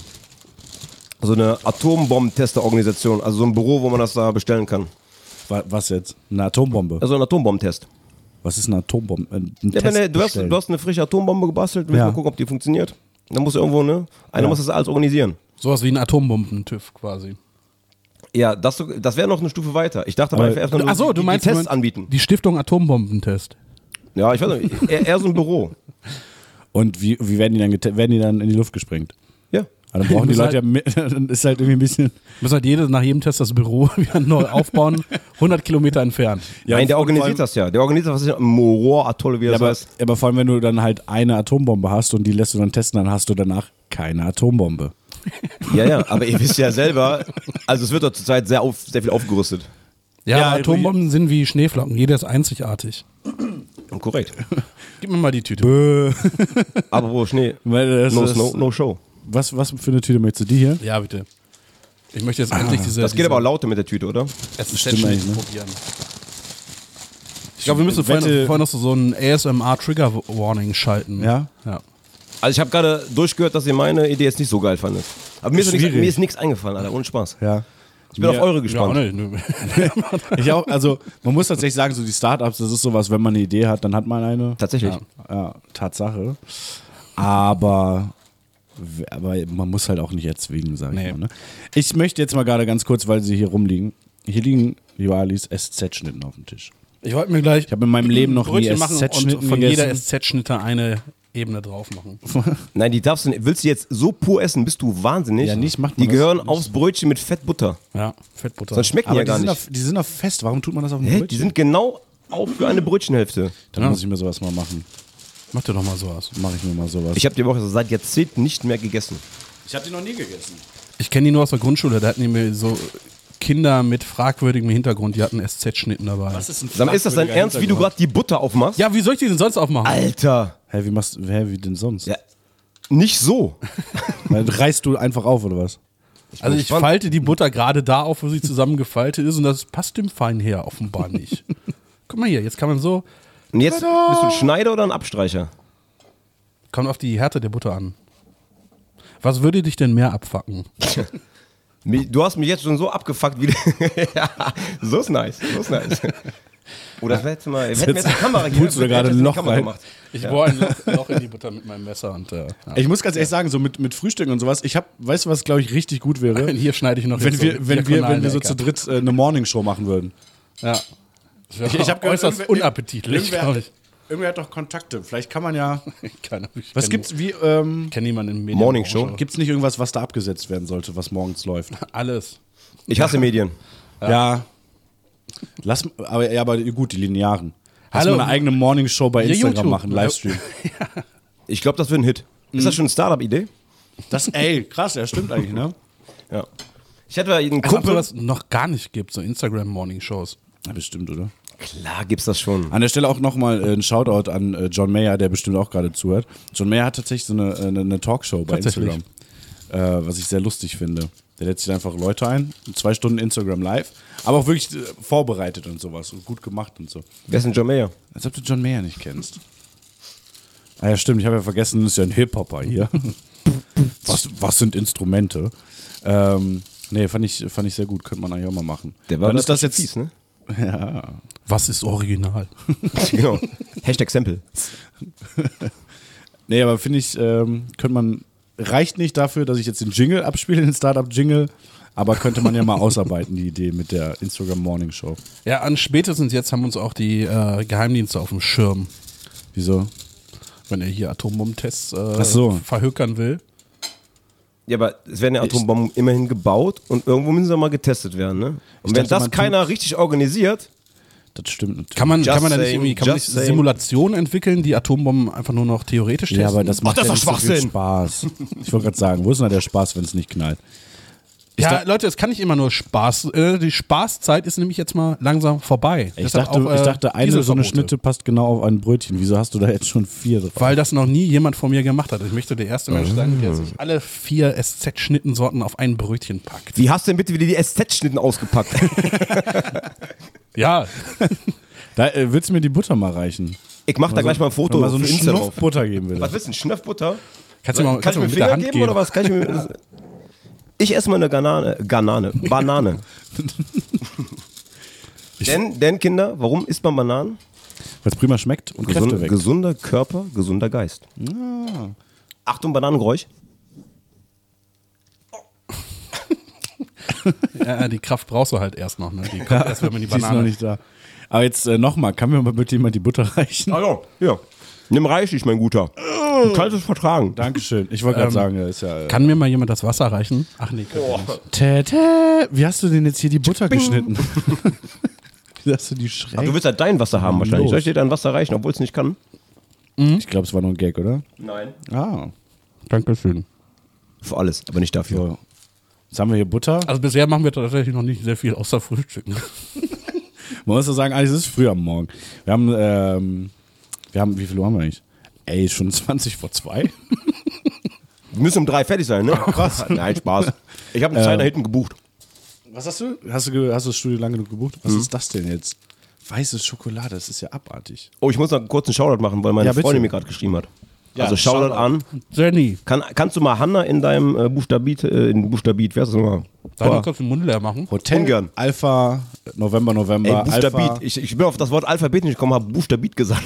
so eine Atombombentesterorganisation, also so ein Büro, wo man das da bestellen kann. Was jetzt? Eine Atombombe? Also ein Atombombentest. Was ist eine Atombombe? Ein Ja, Test du bestellen. hast eine frische Atombombe gebastelt, willst Ja. mal gucken, ob die funktioniert. Dann musst du irgendwo, ne? Einer Ja. muss das alles organisieren. Sowas wie ein Atombomben-TÜV quasi. Ja, das wäre noch eine Stufe weiter. Ich dachte aber einfach erst nur Achso, du meinst die Tests anbieten. die Stiftung Atombombentest. Ja, ich weiß nicht, eher so ein Büro. Und wie werden die dann in die Luft gesprengt? Ja. Also dann brauchen die Muss Leute ja dann ist halt irgendwie ein bisschen. Müssen halt nach jedem Test das Büro wieder neu aufbauen, 100 Kilometer entfernt. Ja, Nein, der und vor organisiert allem- das ja. Der organisiert was ist Moroatoll, wie Ja, das aber, heißt. aber vor allem, wenn du dann halt eine Atombombe hast und die lässt du dann testen, dann hast du danach keine Atombombe. Ja, aber ihr wisst ja selber, also es wird dort zurzeit sehr viel aufgerüstet. Ja, Ja, aber Atombomben sind wie Schneeflocken. Jeder ist einzigartig. Korrekt. Gib mir mal die Tüte. Aber wo Schnee? Weil das No ist- snow, no show. Was für eine Tüte möchtest du? Die hier? Ja, bitte. Ich möchte jetzt endlich diese. Das geht aber auch lauter mit der Tüte, oder? Stimmt eigentlich, ne? probieren. Ich glaube, wir müssen vorhin noch so ein ASMR-Trigger-Warning schalten. Ja? Ja. Also ich habe gerade durchgehört, dass ihr meine Idee jetzt nicht so geil fandet. Aber mir ist Schwierig. mir ist nichts eingefallen, Alter, ohne Spaß. Ja. Ich bin auf eure gespannt. Ich auch, also man muss tatsächlich sagen, so die Startups, das ist sowas, wenn man eine Idee hat, dann hat man eine. Tatsächlich. Ja, Tatsache. Aber man muss halt auch nicht erzwingen, sage ich mal. Ne? Ich möchte jetzt mal gerade ganz kurz, weil sie hier rumliegen. Hier liegen, lieber Alice, SZ-Schnitten auf dem Tisch. Ich wollte mir gleich. Ich habe in meinem Leben noch nie Brötchen machen SZ-Schnitten und von gegessen. jeder SZ-Schnitte eine Ebene drauf machen. Nein, die darfst du, willst du jetzt so pur essen, bist du wahnsinnig. Ja, nicht, macht man die das gehören nicht. aufs Brötchen mit Fettbutter. Ja, Fettbutter. Sonst schmecken die Aber ja gar die nicht. sind doch fest. Warum tut man das auf dem Hä? Brötchen? Die sind genau auch für eine Brötchenhälfte. Dann muss ich mir sowas mal machen. Mach dir doch mal sowas. Mache ich mir mal sowas. Ich habe die Woche seit Jahrzehnten nicht mehr gegessen. Ich habe die noch nie gegessen. Ich kenne die nur aus der Grundschule. Da hatten die mir so Kinder mit fragwürdigem Hintergrund, die hatten SZ-Schnitten dabei. Was ist ein Sag mal, ist das dein Ernst, wie du gerade die Butter aufmachst? Ja, wie soll ich die denn sonst aufmachen? Alter. Hä, wie denn sonst? Ja, nicht so. Dann reißt du einfach auf, oder was? Also ich gespannt. falte die Butter gerade da auf, wo sie zusammengefaltet ist und das passt dem Feinherr offenbar nicht. Guck mal hier, jetzt kann man so, Und jetzt bist du ein Schneider oder ein Abstreicher? kommt auf die Härte der Butter an. Was würde dich denn mehr abfacken? Du hast mich jetzt schon so abgefuckt, wie ja, so ist nice, so ist nice. Oh, das wäre jetzt mal, wir hätten jetzt eine Kamera hier. Pulst du da gerade ein Loch rein? Ich bohre ein Loch in die Butter mit meinem Messer und ja. Ich muss ganz ehrlich sagen, so mit Frühstücken und sowas, weißt du, was glaube ich richtig gut wäre? Hier schneide ich noch Wenn jetzt wir, so wenn diagonal wir so Ecke zu ab. dritt eine Morningshow machen würden. Ja. Ich habe gehört, äußerst unappetitlich, glaube ich. Irgendwer hat doch Kontakte. Vielleicht kann man ja. Keine, Was gibt's wie? Kenn niemanden im Medien. Morningshow? Gibt's nicht irgendwas, was da abgesetzt werden sollte, was morgens läuft? Alles. Ich hasse Medien. Ja. Aber gut, die linearen. Lass Hallo. mal eine eigene Morningshow bei Ja, Instagram YouTube. machen, Livestream. Ich glaube, das wird ein Hit. Ist das schon eine Startup-Idee? Krass, ja, stimmt eigentlich, ne? Ja. Ich hatte einen Als ob Kumpel. sowas noch gar nicht gibt, so Instagram-Morning-Shows. Ja, bestimmt, oder? Klar gibt's das schon. An der Stelle auch nochmal ein Shoutout an John Mayer, der bestimmt auch gerade zuhört. John Mayer hat tatsächlich so eine Talkshow bei Tatsächlich. Instagram, was ich sehr lustig finde. Der lädt sich einfach Leute ein, 2 Stunden Instagram live, aber auch wirklich vorbereitet und sowas und gut gemacht und so. Wer ist denn John Mayer? Als ob du John Mayer nicht kennst. Ah ja, stimmt, ich habe ja vergessen, das ist ja ein Hip-Hopper hier. was sind Instrumente? Nee, fand ich sehr gut, könnte man eigentlich auch mal machen. Der war Dann ist das jetzt fies, ne? Ja. Was ist original? Genau. Hashtag Sample. Nee, aber finde ich, könnte man, reicht nicht dafür, dass ich jetzt den Jingle abspiele, den Startup-Jingle, aber könnte man ja mal ausarbeiten, die Idee mit der Instagram Morning Show. Ja, an spätestens jetzt haben uns auch die Geheimdienste auf dem Schirm, Wieso? wenn er hier Atombombentests Ach so. verhökern will. Ja, aber es werden ja Atombomben immerhin gebaut und irgendwo müssen sie mal getestet werden, ne? Und wenn dachte, das man keiner richtig organisiert, Das stimmt natürlich. Kann man Just da nicht saying, irgendwie kann man nicht just saying. Simulationen entwickeln, die Atombomben einfach nur noch theoretisch testen? Ja, aber das macht das ja ist nicht doch so viel Schwachsinn. Spaß. Ich wollte gerade sagen, wo ist denn da der Spaß, wenn es nicht knallt? Ja, Leute, es kann nicht immer nur Spaß. Die Spaßzeit ist nämlich jetzt mal langsam vorbei. Ich Deshalb dachte, eine so eine Dieselverbote. Schnitte passt genau auf ein Brötchen. Wieso hast du da jetzt schon 4 drauf? Weil das noch nie jemand von mir gemacht hat. Ich möchte der erste Mensch sein, der sich alle 4 SZ-Schnittensorten auf ein Brötchen packt. wie hast du denn bitte wieder die SZ-Schnitten ausgepackt? Ja, Da willst du mir die Butter mal reichen? Ich mach da gleich mal ein Foto Wenn man so einen für Insta Schnupf drauf. Butter geben will. Was willst du, ein Schnöffbutter? kannst du mal, Kann ich mir mit einen der Finger Hand geben geben? oder was? Kann ich mir, ich esse mal eine Banane. denn, Kinder, warum isst man Bananen? Weil es prima schmeckt und Kräfte weckt. Gesunder Körper, gesunder Geist. Achtung, Bananengeräusch. Ja, die Kraft brauchst du halt erst noch. Ne? Die kommt erst, wenn man die Die ist noch Banane... nicht da. Aber jetzt nochmal, kann mir mal bitte jemand die Butter reichen? Hallo, ja. Nimm reichlich, mein Guter. Du kannst es vertragen. Dankeschön. Ich wollte gerade sagen, ist ja. Kann mir mal jemand das Wasser reichen? Ach nee, kann ich nicht. Tätä. Wie hast du denn jetzt hier die Butter geschnitten? Wie hast du die schräg? Ach, du willst halt dein Wasser haben wahrscheinlich. Los. Soll ich dir dein Wasser reichen, obwohl es nicht kann? Ich glaube, es war nur ein Gag, oder? Nein. Ah. Dankeschön. Für alles, aber nicht dafür. So. Jetzt haben wir hier Butter. Also bisher machen wir tatsächlich noch nicht sehr viel außer Frühstücken. Man muss so sagen, eigentlich ist es früh am Morgen. Wir haben, wie viel Uhr haben wir eigentlich? Ey, schon 20 vor 2? Wir müssen um 3 fertig sein, ne? Was? Nein, Spaß. Ich habe einen Zeit da hinten gebucht. Was hast du? Hast du das Studio lange genug gebucht? Was ist das denn jetzt? Weiße Schokolade, das ist ja abartig. Oh, ich muss noch kurz einen Shoutout machen, weil meine Ja, bitte. Freundin mir gerade geschrieben hat. Ja, also Shoutout Shoutout. an. Jenny. Kannst du mal Hanna in deinem Buchstabit, wer ist das nochmal? Soll ich noch kurz den Mund leer machen? Hotel, Ungern. Alpha, November, Ey, Alpha. Buchstabit. Ich bin auf das Wort Alphabet nicht gekommen, habe Buchstabit gesagt.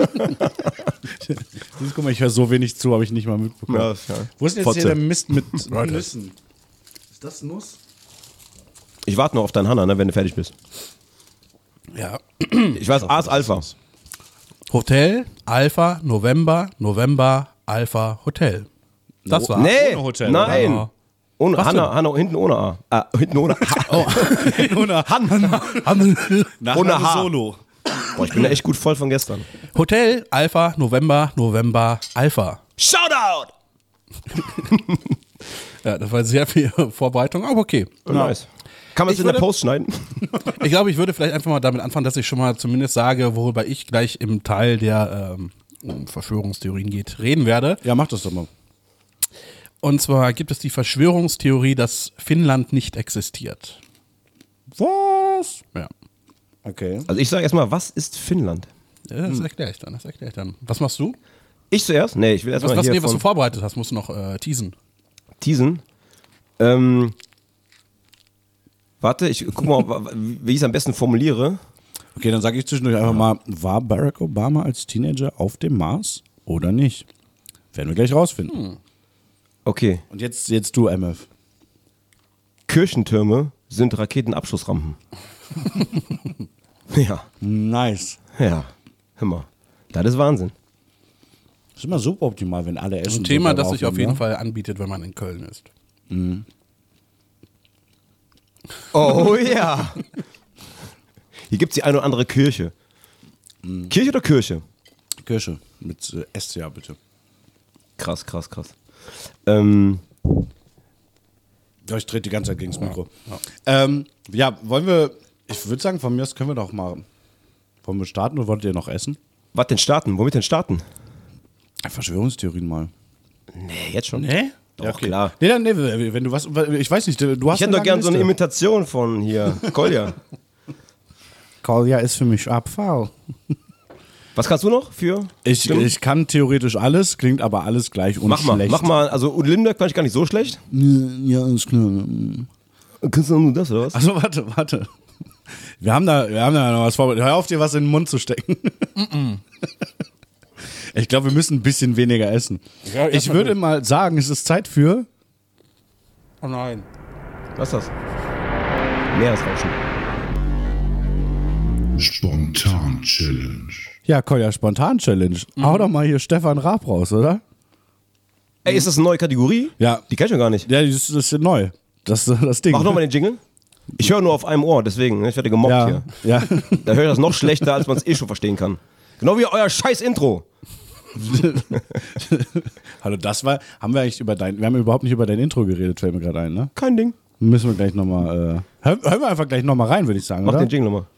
Guck mal, ich höre so wenig zu, habe ich nicht mal mitbekommen. Ja. Wo ist denn jetzt Fotze. hier der Mist mit Nüssen? Ist das Nuss? Ich warte noch auf deinen Hanna, ne, wenn du fertig bist. Ja. Ich weiß, A ist Alpha. Hotel, Alpha, November, Alpha, Hotel. Das war's. Nee, Ohne Hotel, nein. oder? Ohne, Was Hanna, hinten ohne A. Hinten ohne A. Ohne Nach Ohne H. Solo. Boah, ich bin da echt gut voll von gestern. Hotel, Alpha, November, Alpha. Shoutout! Ja, das war sehr viel Vorbereitung, aber okay. Nice. Kann man es Ich in der würde- Post schneiden? Ich glaube, ich würde vielleicht einfach mal damit anfangen, dass ich schon mal zumindest sage, worüber ich gleich im Teil der um Verschwörungstheorien geht, reden werde. Ja, mach das doch mal. Und zwar gibt es die Verschwörungstheorie, dass Finnland nicht existiert. Was? Ja. Okay. Also ich sage erstmal, was ist Finnland? Ja, das erkläre ich dann. Was machst du? Ich zuerst? Nee, ich will erstmal Was hier du von vorbereitet hast, musst du noch teasen. teasen. Warte, ich guck mal, wie ich es am besten formuliere. Okay, dann sage ich zwischendurch einfach mal, war Barack Obama als Teenager auf dem Mars oder nicht? Werden wir gleich rausfinden. Okay. Und jetzt du, MF. Kirchentürme sind Raketenabschussrampen. Ja, Nice. ja. Hör mal. Das ist Wahnsinn. Das ist immer suboptimal, wenn alle essen. Ein Thema, so das sich auf jeden ne? Fall anbietet, wenn man in Köln ist. Oh ja. Hier gibt es die eine oder andere Kirche. Kirche oder Kirche? Kirsche. Mit SCA bitte. Krass. Ja, ich trete die ganze Zeit gegen das Mikro. Ja, wollen wir, ich würde sagen, von mir aus können wir doch mal, wollen wir starten oder wollt ihr noch essen? Was denn starten? Womit denn starten? Verschwörungstheorien mal. Nee, jetzt schon. Nee? Doch, klar. Nee, dann, nee, wenn du was, ich weiß nicht, du hast Ich hätte doch lange gern so eine Liste. Imitation von hier, Kolja. Kolja ist für mich Abfall. Was kannst du noch für? Stimmen? Ich kann theoretisch alles, klingt aber alles gleich und Mach schlecht. mal. Also Udo Lindenberg fand ich gar nicht so schlecht. Ja, ist klar. Kannst du nur das oder was? Also warte. Wir haben da noch was vorbereitet. Hör auf, dir was in den Mund zu stecken. Ich glaube, wir müssen ein bisschen weniger essen. Ja, Ich würde mal sagen, es ist Zeit für... Oh nein. Was ist das? Meeresrauschen. Spontan-Challenge. Ja, Kolja, Spontan-Challenge. Hau doch mal hier Stefan Raab raus, oder? Ey, ist das eine neue Kategorie? Ja. Die kenn ich schon gar nicht. Ja, das ist neu. Das ist das Ding. Mach nochmal den Jingle. Ich höre nur auf einem Ohr, deswegen. Ich werde gemobbt Ja, hier. ja. Da höre ich das noch schlechter, als man es eh schon verstehen kann. Genau wie euer scheiß Intro. Hallo, haben wir eigentlich wir haben überhaupt nicht über dein Intro geredet, fällt mir gerade ein, ne? Kein Ding. Müssen wir gleich nochmal, hören wir einfach gleich nochmal rein, würde ich sagen, Mach oder? den Jingle nochmal.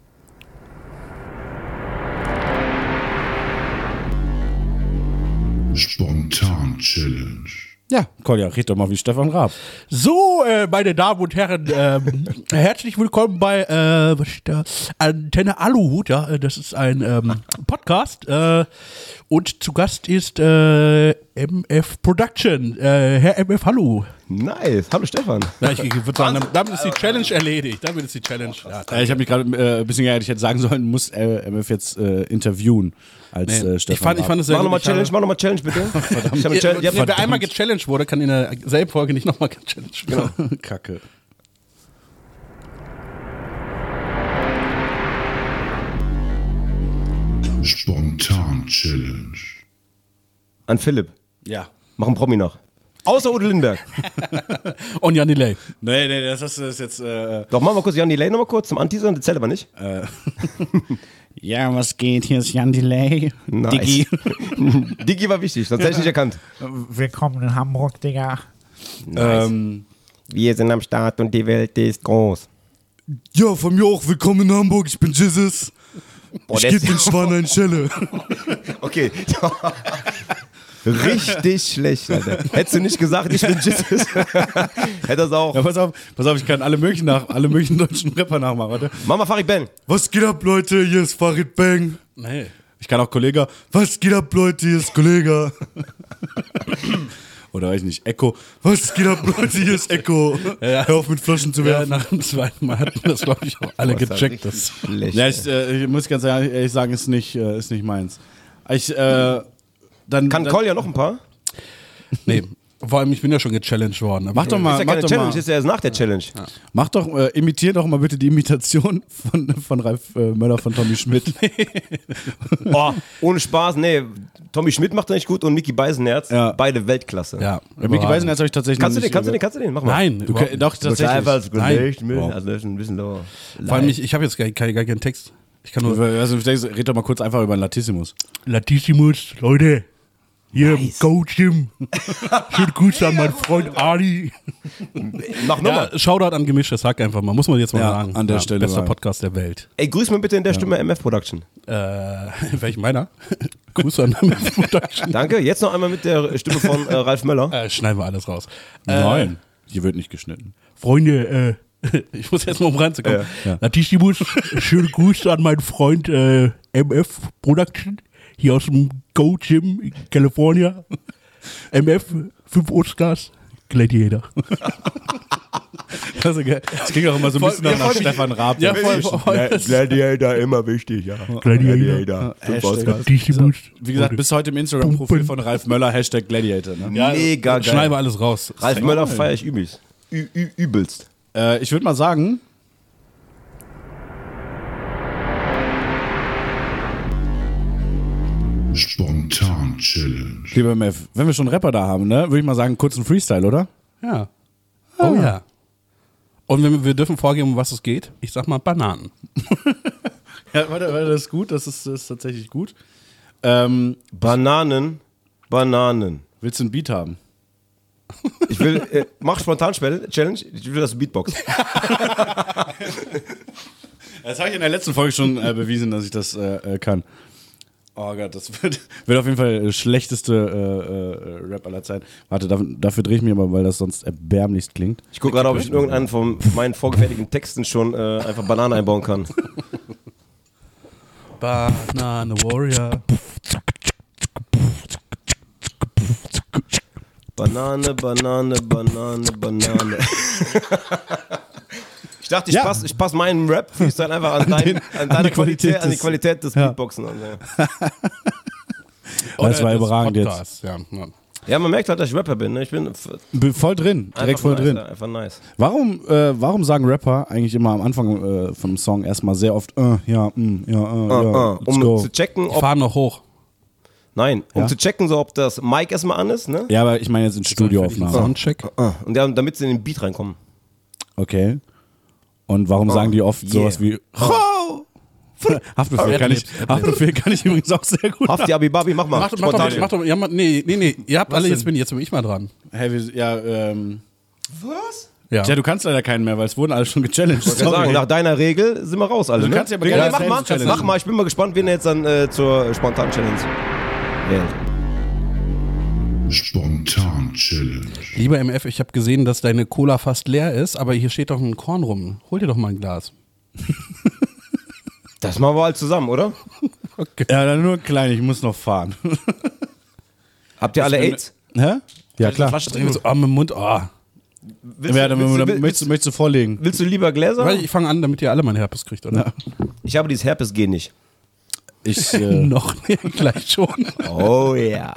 Spontan-Challenge. Ja, Kolja, red doch mal wie Stefan Raab. So, meine Damen und Herren, herzlich willkommen bei was ist da? Antenne Aluhut, ja, das ist ein Podcast und zu Gast ist MF Production, Herr MF, hallo. Nice. Hallo Stefan. Ja, ich würde sagen, damit ist die Challenge erledigt, Ja, Ich habe mich gerade ein bisschen geärgert, ich hätte sagen sollen, muss MF jetzt interviewen als Stefan ich fand es sehr Mach gut. nochmal Challenge, bitte. Ich hab eine Challenge. Ja, wer einmal gechallenged wurde, kann in derselben Folge nicht nochmal gechallenged werden. Raab. Kacke. Spontan-Challenge. An Philipp. Ja. Mach einen Promi nach. Außer Udo Lindenberg. Und Jan Delay. Nee, das ist jetzt, Doch, machen wir kurz Jan Delay nochmal kurz zum Anteasern. Das zählt aber nicht. ja, was geht, hier ist Jan Delay. Nice. Diggi. Digi war wichtig, sonst hätte ich nicht erkannt. Willkommen in Hamburg, Digga. Wir sind am Start und die Welt ist groß. Ja, von mir auch, willkommen in Hamburg, ich bin Jesus. Boah, Ich der gebe ist- den Schwan eine Schelle. Okay. Richtig schlecht, Alter. Hättest du nicht gesagt, ich bin Jesus. Hätte das auch. Ja, pass auf, ich kann alle möglichen deutschen Rapper nachmachen, warte. Mama Farid Bang. Was geht ab, Leute, hier ist Farid Bang. Nee. Ich kann auch Kollega. Was geht ab, Leute, hier ist Kollega. Oder weiß ich nicht, Echo. Was geht ab, Leute? Hier ist Echo. Ja. Hör auf mit Flaschen zu Ja, werfen. nach dem zweiten Mal hatten das, glaube ich, auch alle gecheckt. Das. Schlecht. Ja, ich muss ganz ehrlich sagen, ist nicht meins. Dann Kann Kolja noch ein paar? Nee, vor allem, ich bin ja schon gechallenged worden. Mach doch mal, Ist ja keine Challenge, ist ja erst nach der Challenge. imitier doch mal bitte die Imitation von Ralf Möller von Tommy Schmidt. Oh, ohne Spaß, nee. Tommy Schmidt macht nicht gut und Micky Beisenherz, Ja. beide Weltklasse. Ja, Micky Beisenherz habe ich tatsächlich Kannst du noch nicht den? Kannst du den? Mach mal. Nein, Du, doch, tatsächlich. Nein. Wow. Also das ist ein bisschen lower. vor allem, ich habe jetzt gar keinen Text. Ich kann nur Also, red doch mal kurz einfach über den Latissimus. Latissimus, Leute, hier im Go-Gym. Schönen Gruß an meinen Freund Ali. Mach nochmal. Ja, Shoutout an Gemischtes Hack einfach mal, muss man jetzt mal Ja, sagen. an der Stelle Bester mal. Podcast der Welt. Ey, grüß mir bitte in der Stimme MF Production. Welch meiner? Grüße an MF Production. Danke. Jetzt noch einmal mit der Stimme von Ralf Möller. Schneiden wir alles raus. Nein, hier wird nicht geschnitten. Freunde, ich muss jetzt mal reinzukommen. Ja. Latissimus, schöne Grüße an meinen Freund MF Production, hier aus dem Go Gym in California. MF, 5 Oscars, Gladiator. Das klingt auch immer so ein bisschen Ja, nach voll- Stefan Raab. Ja, voll. Gladiator, immer wichtig, ja. Gladiator. Latissimus. Wie gesagt, bis heute im Instagram-Profil von Ralf Möller, Hashtag Gladiator. Ne? Ja, Mega geil. Schneiden wir alles raus. Ralf Möller feiere ich übelst. Übelst. Ich würde mal sagen, Spontan Challenge. lieber Mev, wenn wir schon Rapper da haben, ne, würde ich mal sagen, kurzen Freestyle, oder? Ja. Oh ja. Und wir dürfen vorgeben, um was es geht. Ich sag mal Bananen. Ja, warte, das ist gut, das ist tatsächlich gut. Bananen. Willst du einen Beat haben? Ich will, mach spontan Challenge, ich will das Beatbox. Das habe ich in der letzten Folge schon bewiesen, dass ich das kann. Oh Gott, das wird auf jeden Fall der schlechteste Rap aller Zeiten. Warte, dafür drehe ich mich aber, weil das sonst erbärmlichst klingt. Ich gucke gerade, ob ich in irgendeinen von meinen vorgefertigten Texten schon einfach Bananen einbauen kann. Banane Warrior. Banane. Ich dachte, ich passe meinen Rap Freestyle einfach an deine Qualität, an die Qualität des Beatboxen an. Ja. Das war überragend jetzt. Ja, ja. Ja, man merkt halt, dass ich Rapper bin. Ne? Ich bin Voll drin, direkt voll nice, drin. Ja, einfach nice. Warum sagen Rapper eigentlich immer am Anfang vom Song erstmal sehr oft let's Um go. zu checken, Ich ob fahre noch hoch. Nein, um Ja? zu checken, so ob das Mic erstmal an ist, ne? Ja, aber ich meine jetzt in Studioaufnahmen. Soundcheck. Und damit sie in den Beat reinkommen. Okay. Und warum sagen die oft sowas wie Haftbefehl kann ich übrigens auch sehr gut. Hafti Abibabi, mach mal. Mach doch. Ja, nee. Ihr habt alle, denn? jetzt bin ich mal dran. Hey, Was? Ja. Tja, du kannst leider keinen mehr, weil es wurden alle schon gechallenged. Ich kann sagen, nach deiner Regel sind wir raus alle. Du Ne? kannst ja aber Ja, gerne mach selbst mal, challengen. mach mal. Ich bin mal gespannt, wen er jetzt dann zur spontanen Challenge wählt. Spontan Challenge. Lieber MF, ich habe gesehen, dass deine Cola fast leer ist, aber hier steht doch ein Korn rum. Hol dir doch mal ein Glas. Das machen wir halt zusammen, oder? Okay. Ja, dann nur klein, ich muss noch fahren. Habt ihr alle AIDS? Hä? Ja, klar. Flasche drin, so mit dem Mund. Oh. Möchtest du vorlegen? Willst du lieber Gläser? Weil ich fange an, damit ihr alle meine Herpes kriegt, oder? Ich habe dieses Herpes-Gen nicht. Ich, Noch gleich schon. Oh ja.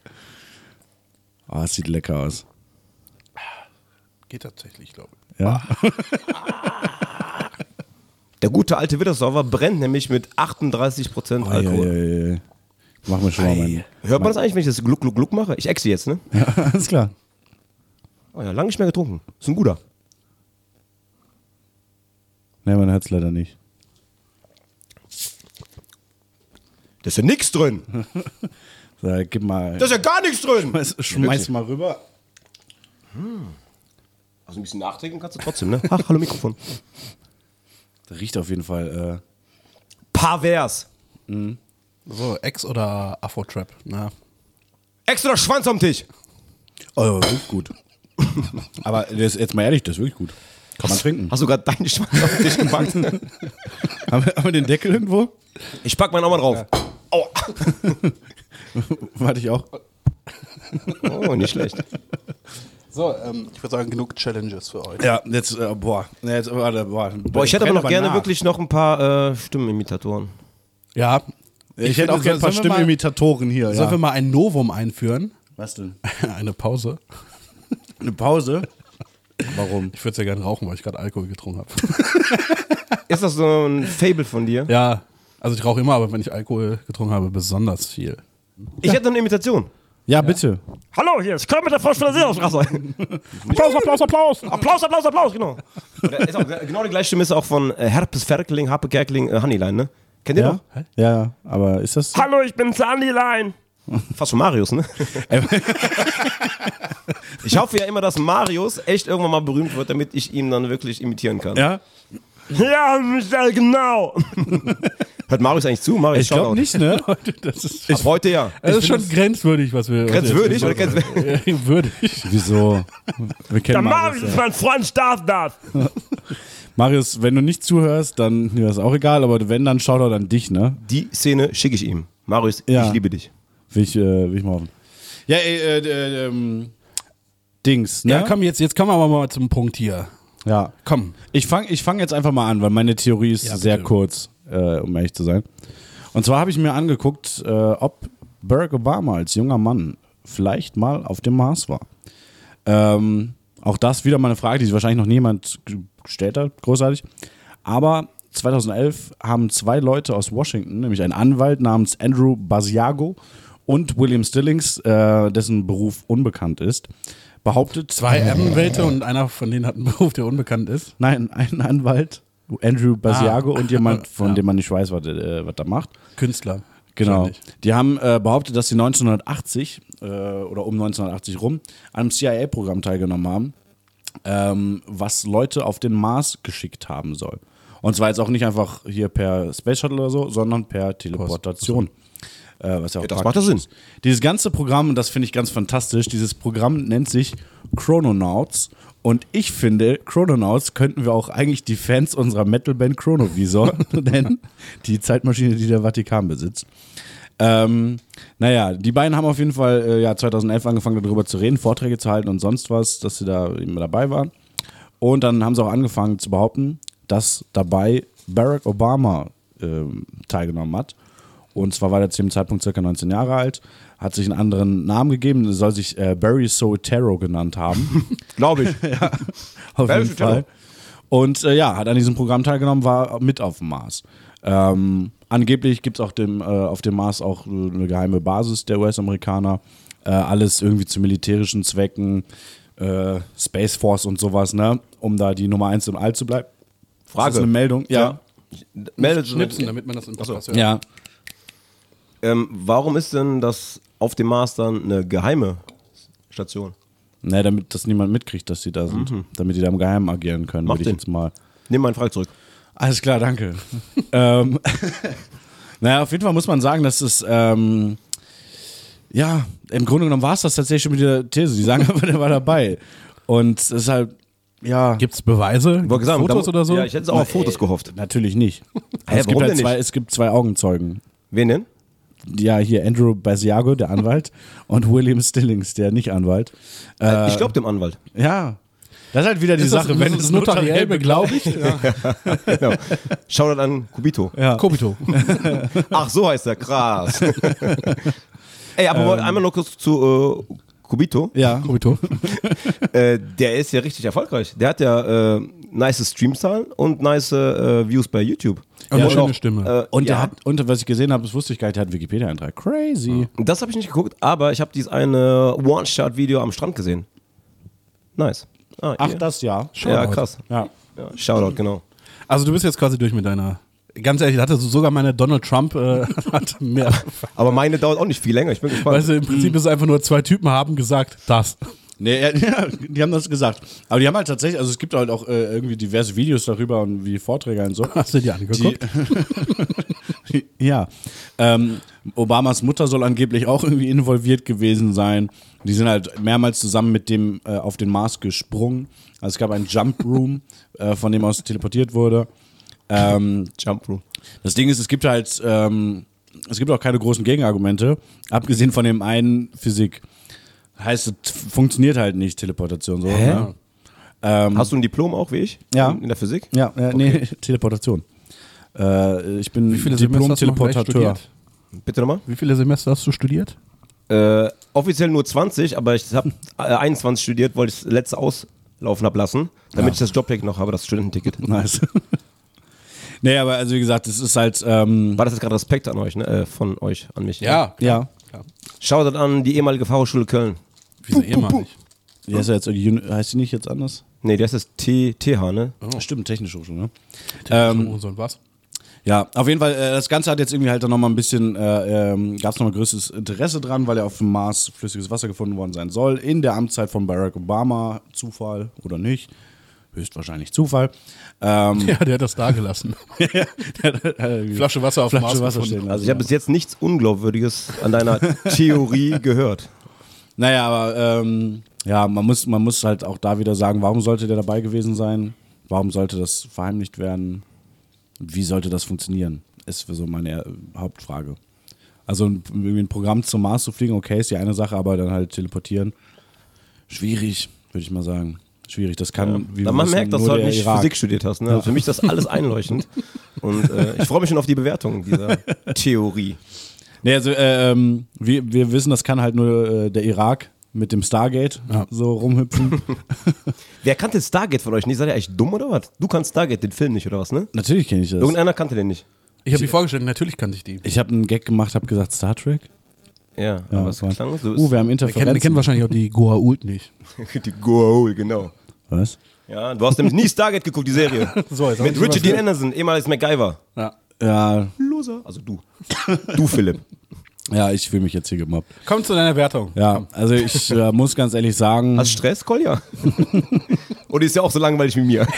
es sieht lecker aus. Geht tatsächlich, glaube ich. Ja. Der gute alte Wittersauer brennt nämlich mit 38% Alkohol. Mach mir schon mal meinen. Hört man das eigentlich, wenn ich das Gluck, Gluck, Gluck mache? Ich exe jetzt, ne? Ja, alles klar. Oh ja, lange nicht mehr getrunken. Ist ein guter. Ne, man hört es leider nicht. Da ist ja nichts drin. So, gib mal. Da ist ja gar nichts drin. Schmeiß mal rüber. Also ein bisschen nachtrinken kannst du trotzdem, ne? Ach, hallo Mikrofon. Der riecht auf jeden Fall. Pervers. So, Ex oder Afro-Trap. Na. Extra Schwanz am Tisch. Oh, riecht gut. Aber das ist jetzt mal ehrlich, das ist wirklich gut. Kann man trinken. Hast du gerade deinen Schwanz am Tisch gepackt? Haben wir den Deckel irgendwo? Ich pack meinen auch mal drauf. Aua. Warte ich auch. Oh, nicht schlecht. So, ich würde sagen, genug Challenges für heute. Ja, jetzt, warte. Boah, ich hätte aber noch gerne wirklich noch ein paar Stimmenimitatoren. Ja. Ich hätte auch gerne ein paar Stimmimitatoren hier. Sollen wir Ja. mal ein Novum einführen? Was denn? Eine Pause. Eine Pause? Warum? Ich würde sehr gerne rauchen, weil ich gerade Alkohol getrunken habe. Ist das so ein Fable von dir? Ja, also ich rauche immer, aber wenn ich Alkohol getrunken habe, besonders viel. Ich hätte eine Imitation. Ja, bitte. Hallo, hier ist Köln mit der Frosch von der Seehausstraße. Applaus, Applaus, Applaus! Applaus, Applaus, Applaus, genau. Ist auch, genau die gleiche Stimme ist auch von Herpes Ferkeling, Happe Kerkeling, Honeyline, ne? Kennt ihr Ja? noch? Ja, aber ist das... Hallo, ich bin's, Honeyline. Fast von Marius, ne? Ich hoffe ja immer, dass Marius echt irgendwann mal berühmt wird, damit ich ihn dann wirklich imitieren kann. Ja? Ja, Michael, genau. Hört Marius eigentlich zu? Marius, Ich glaube nicht, ne? Das ist, Ab heute ja. das ist schon grenzwürdig, was wir... Grenzwürdig oder grenzwertig? Würdig. Wieso? Wir kennen Marius. Ja. mein Freund, darf das. Marius, wenn du nicht zuhörst, dann ja, ist auch egal, aber wenn, dann Shoutout an dich, ne? Die Szene schicke ich ihm. Marius, Ja. ich liebe dich. Will ich mal hoffen. Ja, Dings, ne? Ja, komm, jetzt kommen wir aber mal zum Punkt hier. Ja. Komm. Ich fang jetzt einfach mal an, weil meine Theorie ist Ja, sehr bitte. kurz, um ehrlich zu sein. Und zwar habe ich mir angeguckt, ob Barack Obama als junger Mann vielleicht mal auf dem Mars war. Auch das wieder mal eine Frage, die sich wahrscheinlich noch niemand gestellt hat, großartig. Aber 2011 haben 2 Leute aus Washington, nämlich ein Anwalt namens Andrew Basiago und William Stillings, dessen Beruf unbekannt ist, behauptet... 2 Anwälte und einer von denen hat einen Beruf, der unbekannt ist. Nein, ein Anwalt, Andrew Basiago und jemand, von dem man nicht weiß, was er macht. Künstler. Genau. wahrscheinlich. Die haben behauptet, dass sie 1980 oder um 1980 rum an einem CIA-Programm teilgenommen haben, was Leute auf den Mars geschickt haben soll. Und zwar jetzt auch nicht einfach hier per Space Shuttle oder so, sondern per Teleportation. Was ja auch das praktisch macht Sinn. ist. Dieses ganze Programm, und das finde ich ganz fantastisch, dieses Programm nennt sich Chrononauts. Und ich finde, Chrononauts könnten wir auch eigentlich die Fans unserer Metalband Chronovisor nennen. Die Zeitmaschine, die der Vatikan besitzt. Naja, die beiden haben auf jeden Fall 2011 angefangen, darüber zu reden, Vorträge zu halten und sonst was, dass sie da eben dabei waren. Und dann haben sie auch angefangen zu behaupten, dass dabei Barack Obama teilgenommen hat. Und zwar war er zu dem Zeitpunkt ca. 19 Jahre alt, hat sich einen anderen Namen gegeben, soll sich Barry Soetoro genannt haben. Glaube ich. Auf Barry jeden Fall. Und hat an diesem Programm teilgenommen, war mit auf dem Mars. Angeblich gibt es auf dem Mars auch eine geheime Basis der US-Amerikaner. Alles irgendwie zu militärischen Zwecken, Space Force und sowas, ne? Um da die Nummer 1 im All zu bleiben. Frage. Ist das eine Meldung? Ja. Meldet Schnipsen, damit man das im Podcast hört. Ja. Warum ist denn das auf dem Mars dann eine geheime Station? Ne, damit das niemand mitkriegt, dass sie da sind. Damit die da im Geheimen agieren können, Macht würde ich Sinn. jetzt mal. Nimm meinen Frage zurück. Alles klar, danke. Naja, auf jeden Fall muss man sagen, dass es, im Grunde genommen war es das tatsächlich schon mit der These. Die sagen aber, der war dabei. Und es ist halt, ja. Gibt es Beweise? Wollte sagen, Fotos oder so? Ja, ich hätte es auch auf Fotos gehofft. Natürlich nicht. Hä, Es gibt warum halt denn nicht? es gibt 2 Augenzeugen. Wen denn? Ja, hier Andrew Basiago, der Anwalt, und William Stillings, der Nicht-Anwalt. Ich glaube dem Anwalt. Ja. Das ist halt wieder die Ist Sache, wenn es notariell beglaubigt? Genau. Shoutout an Kubito. Ja. Kobito. Ach, so heißt er. Krass. Ey, aber einmal noch kurz zu Kubito. Ja. Kobito. Der ist ja richtig erfolgreich. Der hat ja nice Streamzahlen und nice Views bei YouTube. Und eine und schöne Stimme. Und ja, der hat, und was ich gesehen habe, das wusste ich gar nicht, der hat Wikipedia-Eintrag. Crazy. das habe ich nicht geguckt, aber ich habe dieses eine One-Shot-Video am Strand gesehen. Nice. Ah, Ach, hier. das ja. Ja, krass. Ja. Ja, Shoutout, genau. Also du bist jetzt quasi durch mit deiner... Ganz ehrlich, hatte sogar meine Donald Trump hat mehr. Aber meine dauert auch nicht viel länger. Ich bin gespannt. Weißt du, im Prinzip ist es einfach nur 2 Typen haben gesagt, das. Nee, ja, die haben das gesagt. Aber die haben halt tatsächlich, also es gibt halt auch irgendwie diverse Videos darüber und wie Vorträge und so. Hast du dir angeguckt? Ja. Obamas Mutter soll angeblich auch irgendwie involviert gewesen sein. Die sind halt mehrmals zusammen mit dem auf den Mars gesprungen. Also es gab einen Jump Room, von dem aus teleportiert wurde. Jump Room. Das Ding ist, es gibt halt es gibt auch keine großen Gegenargumente, abgesehen von dem einen Physik. Heißt, es funktioniert halt nicht, Teleportation. So, ne? Hast du ein Diplom auch wie ich? Ja. In der Physik? Ja, nee, Teleportation. Ich bin Wie viele Semester hast du noch gleich Diplom-Teleportateur. studiert? Bitte nochmal? Wie viele Semester hast du studiert? Offiziell nur 20, aber ich habe 21 studiert, weil ich das letzte auslaufen habe lassen, damit ich das Jobticket noch habe, das Studententicket. Nice. Nee, aber also wie gesagt, es ist halt, War das jetzt gerade Respekt an euch, ne? Von euch an mich? Ja. ja. Shoutout an die ehemalige Fachhochschule Köln. Wieso ehemalig? Die heißt ja jetzt, heißt die nicht jetzt anders? Nee, der ist das TH, ne? Stimmt, technische Hochschule, ne? So und was? Ja, auf jeden Fall, das Ganze hat jetzt irgendwie halt dann nochmal ein bisschen, gab es nochmal größeres Interesse dran, weil ja auf dem Mars flüssiges Wasser gefunden worden sein soll. In der Amtszeit von Barack Obama. Zufall oder nicht? Höchstwahrscheinlich Zufall. Ja, der hat das da gelassen. Flasche Wasser auf dem Mars Wasser gefunden. stehen lassen. Also ich habe bis jetzt nichts Unglaubwürdiges an deiner Theorie gehört. Naja, aber ja, man muss halt auch da wieder sagen, warum sollte der dabei gewesen sein? Warum sollte das verheimlicht werden? Wie sollte das funktionieren? Ist so meine Hauptfrage. Also irgendwie ein Programm zum Mars zu fliegen, okay, ist die eine Sache, aber dann halt teleportieren, schwierig, würde ich mal sagen. Schwierig, das kann, wie wir Man wissen, merkt, dass nur du halt der nicht Irak. Physik studiert hast. Ne? Also für mich ist das alles einleuchtend. Und ich freue mich schon auf die Bewertung dieser Theorie. Nee, also wir wissen, das kann halt nur der Irak mit dem Stargate so rumhüpfen. Wer kannte Stargate von euch nicht? Seid ihr eigentlich dumm oder was? Du kannst Stargate, den Film nicht, oder was, ne? Natürlich kenne ich das. Irgendeiner kannte den nicht. Ich habe die vorgestellt, natürlich kannte ich die. Ich habe einen Gag gemacht, habe gesagt Star Trek. Ja, Ja, aber es das klang so. wir haben Wir Interferenzen. kennen wahrscheinlich auch die Goa'uld nicht. Die Goa'uld, genau. Was? Ja, du hast nämlich nie Stargate geguckt, die Serie. So, jetzt Mit Richard Dean Anderson, ehemals MacGyver. Ja. Ja, Loser. Also du. Du, Philipp. ja, ich fühle mich jetzt hier gemobbt. Komm zu deiner Wertung. Ja, also ich muss ganz ehrlich sagen, Hast du Stress, Kolja? Und ist ja auch so langweilig wie mir.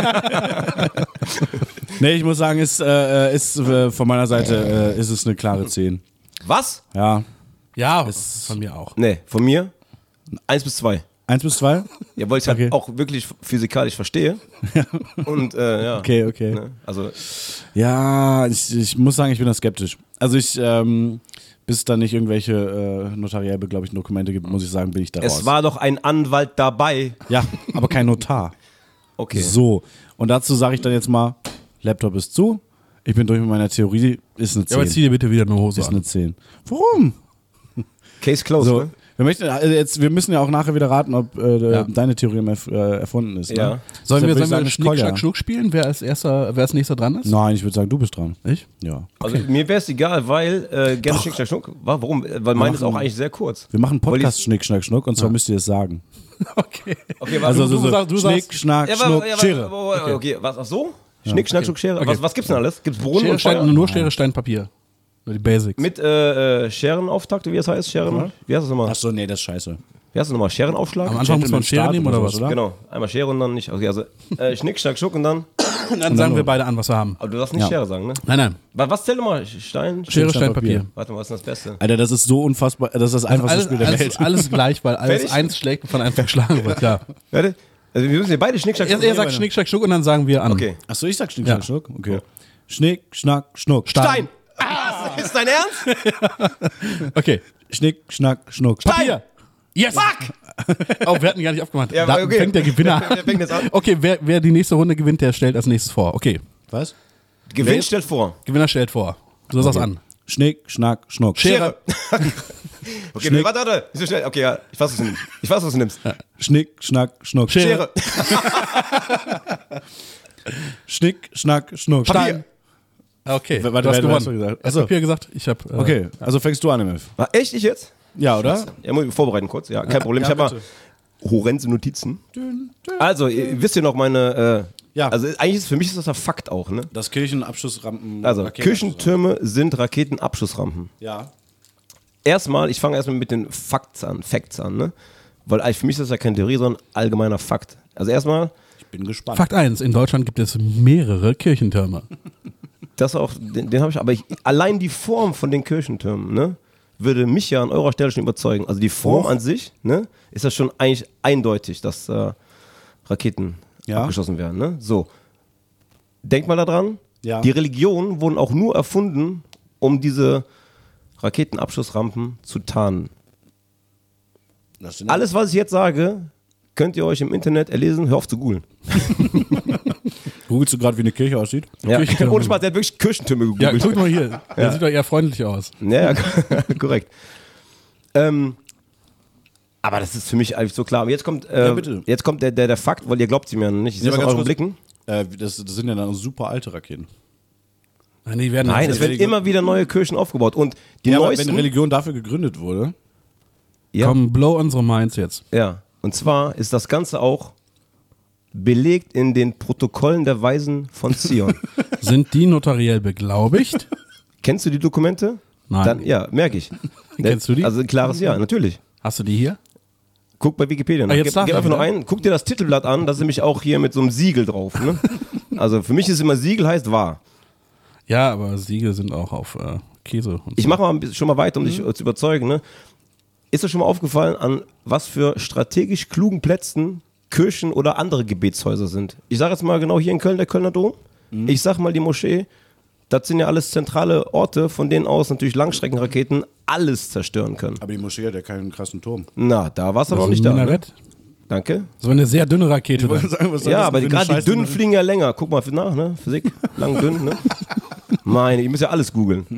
nee, ich muss sagen, ist von meiner Seite ist es eine klare 10. Was? Ja, Ja, von mir auch. Nee, von mir 1 bis 2. 1 bis 2? Ja, weil ich halt Okay. auch wirklich physikalisch verstehe. Und ja. Okay. Ne? Also, Ja, ich muss sagen, ich bin da skeptisch. Also bis es da nicht irgendwelche notariell beglaubigten Dokumente gibt, muss ich sagen, bin ich da raus. es war doch ein Anwalt dabei. Ja, aber kein Notar. Okay. So, und dazu sage ich dann jetzt mal, Laptop ist zu, ich bin durch mit meiner Theorie, ist eine 10. Ja, aber zieh dir bitte wieder eine Hose ist an. eine 10. Warum? Case closed, So, ne? wir müssen ja auch nachher wieder raten, ob deine Theorie erfunden ist. Ja. Ne? Sollen wir sagen, Schnick, Schnack, Schnuck spielen? Wer als nächster dran ist? Nein, ich würde sagen, du bist dran. Ich? Ja. Also mir wäre es egal, weil gerne Schnick, Schnack, Schnuck. Warum? Weil meine ist auch eigentlich sehr kurz. Wir machen Weil Podcast Schnick, Schnack, Schnuck und zwar müsst ihr es sagen. Okay. Okay, Also du sagst- Schnick, Schnack, Schnuck, Schere. Okay, was? Ach so? Schnick, Schnack, Schnuck, Schere. Okay. Was gibt's denn alles? Gibt's Brunnen Schere, und Feuer? Stein, nur Schere, Stein, Papier. Nur die Basics. Mit Scherenauftakt, wie das heißt? Scheren? Wie heißt das nochmal? Achso, nee, das ist scheiße. Wie heißt das nochmal? Scherenaufschlag? Am Anfang muss man Schere Start nehmen oder was? sowas, oder? Genau, einmal Schere und dann nicht. Okay, also Schnick, Schnack, Schnuck und dann. Dann sagen wir beide an, was wir haben. Aber du darfst nicht Ja. Schere sagen, ne? Nein. Was zählt nochmal? Stein? Schere, Stein, Stein, Papier. Warte mal, was ist denn das Beste? Alter, das ist so unfassbar, das ist das einfachste Alles, Spiel der Welt. alles gleich, weil alles Fertig? eins schlägt und von einem verschlagen wird. Ja. Warte. Also wir müssen hier beide Schnick, Schnack, Er sagt Schnick, Schnack, Schnuck und dann sagen wir an. Okay. Achso, ich sag Schnick, Ja. Schnack, Schnuck? Okay. Schnick, Schnack, Schnuck. Stein! Ah, ist dein Ernst? Okay. Schnick, Schnack, Schnuck. Papier. Yes. Fuck. Oh, wir hatten gar nicht aufgemacht. Ja, Da okay. fängt der Gewinner Wer fängt jetzt an? Okay, wer die nächste Runde gewinnt, der stellt als nächstes vor. Okay. Was? Gewinn stellt vor. Gewinner stellt vor. Du sagst an. Schnick, Schnack, Schnuck. Schere. Okay, Schnick. warte. Nicht so schnell. Okay, ja. Ich weiß, was du nimmst. Schnick, Schnack, Schnuck. Schere. Schnick, Schnack, Schnuck. Papier. Okay, Warte, du hast wer hast gewonnen. du gesagt? Hast Achso. Papier gesagt? Ich habe. Okay, also fängst du an, MF. War echt ich jetzt? Ja, oder? Ja, muss ich vorbereiten kurz. Ja, kein Problem. ja, Ich habe mal bitte. horrende Notizen. Also, wisst ihr noch meine. Ja. Also, eigentlich ist für mich ist das ein Fakt auch, ne? Das Kirchenabschussrampen. Also, Raketenabschuss. Kirchentürme sind Raketenabschussrampen. Ja. Ich fange erstmal mit den Facts an, ne? Weil eigentlich für mich ist das ja keine Theorie, sondern allgemeiner Fakt. Also erstmal, Ich bin gespannt. Fakt 1. In Deutschland gibt es mehrere Kirchentürme. das auch, den habe ich, aber allein die Form von den Kirchentürmen, ne? Würde mich ja an eurer Stelle schon überzeugen. Also die Form an sich, ne? Ist das schon eigentlich eindeutig, dass Raketen Ja. abgeschossen werden, ne? So. Denkt mal daran, Ja. die Religionen wurden auch nur erfunden, um diese Raketenabschussrampen zu tarnen. Alles, was ich jetzt sage, könnt ihr euch im Internet erlesen. Hör auf zu googeln. Googlest du gerade, wie eine Kirche aussieht? Ja. Ohne Spaß, der hat wirklich Kirchentürme Ja, gegoogelt. guck mal hier. Der sieht doch eher freundlich aus. Ja, korrekt. Aber das ist für mich eigentlich so klar. Aber jetzt kommt, bitte. jetzt kommt der Fakt, weil ihr glaubt sie mir nicht. Ich sehe es aber auf ganz euren kurz. Blicken. Das sind ja dann super alte Raketen. Nein, die werden Nein, es werden immer wieder neue Kirchen aufgebaut. Und die Ja, aber wenn neuesten... eine Religion dafür gegründet wurde. Ja, Komm, blow unsere Minds jetzt. ja. Und zwar ist das Ganze auch belegt in den Protokollen der Weisen von Zion. Sind die notariell beglaubigt? Kennst du die Dokumente? Nein. Dann, ja, merke ich. Kennst du die? Also ein klares Ja, natürlich. Hast du die hier? Guck bei Wikipedia nach. Ah, jetzt darf Gib ich, einfach nur ne? ein, guck dir das Titelblatt an, da ist nämlich auch hier mit so einem Siegel drauf. Ne? Also für mich ist immer Siegel heißt wahr. Ja, aber Siegel sind auch auf Käse. Und Ich so. mache mal ein bisschen, schon mal weiter, um dich zu überzeugen. Ne? Ist dir schon mal aufgefallen, an was für strategisch klugen Plätzen Kirchen oder andere Gebetshäuser sind? Ich sage jetzt mal genau hier in Köln, der Kölner Dom. Ich sag mal die Moschee. Das sind ja alles zentrale Orte, von denen aus natürlich Langstreckenraketen alles zerstören können. Aber die Moschee hat ja keinen krassen Turm. Na, da warst du aber So noch ein nicht da. Ne? Minarett. Danke. So eine sehr dünne Rakete. dann. Sagen, was soll Ja, das aber denn für eine gerade die Scheiße dünnen sein? fliegen ja länger. Guck mal nach, ne? Physik, lang, dünn, ne? Meine, ihr müsst ja alles googeln.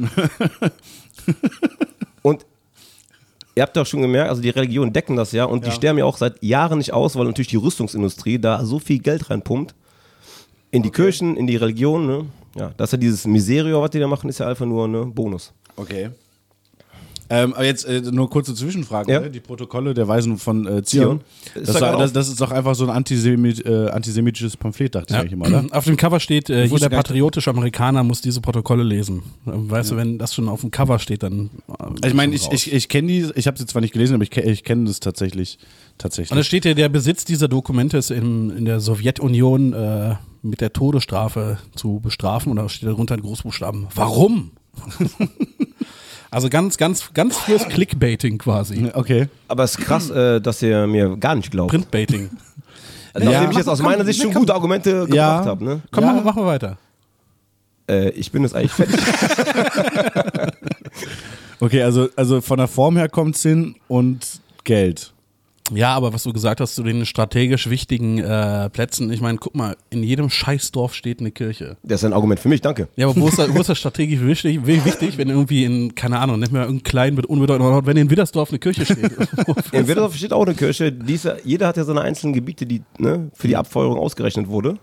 Und ihr habt ja auch schon gemerkt, also die Religionen decken das ja und die sterben ja auch seit Jahren nicht aus, weil natürlich die Rüstungsindustrie da so viel Geld reinpumpt. In die Kirchen, in die Religion, ne? Ja, das ist ja dieses Miserio, was die da machen, ist ja einfach nur ein Bonus. Okay. Aber jetzt nur kurze Zwischenfrage. Ja. Ne? Die Protokolle der Weisen von Zion. Zion. Das ist doch einfach so ein antisemitisches Pamphlet, dachte ich eigentlich immer, oder? Auf dem Cover steht, wusste jeder gar nicht- patriotische Amerikaner muss diese Protokolle lesen. Weißt du, wenn das schon auf dem Cover steht, dann. Also ich meine, ich kenne die, ich habe sie zwar nicht gelesen, aber ich kenne das tatsächlich. Und da steht ja, der Besitz dieser Dokumente ist in der Sowjetunion mit der Todesstrafe zu bestrafen. Und da steht darunter in Großbuchstaben. Warum? Also ganz frühes Clickbaiting quasi. Okay. Aber es ist krass, dass ihr mir gar nicht glaubt. Printbaiting. Nachdem ich jetzt aus meiner Sicht schon gute Argumente gebracht habe. Ne? Komm, Ja. mach mal weiter. Ich bin jetzt eigentlich fertig. Okay, also von der Form her kommt es hin und Geld. Ja, aber was du gesagt hast zu den strategisch wichtigen Plätzen, ich meine, guck mal, in jedem Scheißdorf steht eine Kirche. Das ist ein Argument für mich, danke. Ja, aber wo ist das strategisch wichtig, wenn irgendwie in, keine Ahnung, nennt man irgendeinen kleinen mit unbedeutenden Ort, wenn in Widdersdorf eine Kirche steht. In Witterdorf steht auch eine Kirche. Jeder hat ja seine einzelnen Gebiete, die für die Abfeuerung ausgerechnet wurde.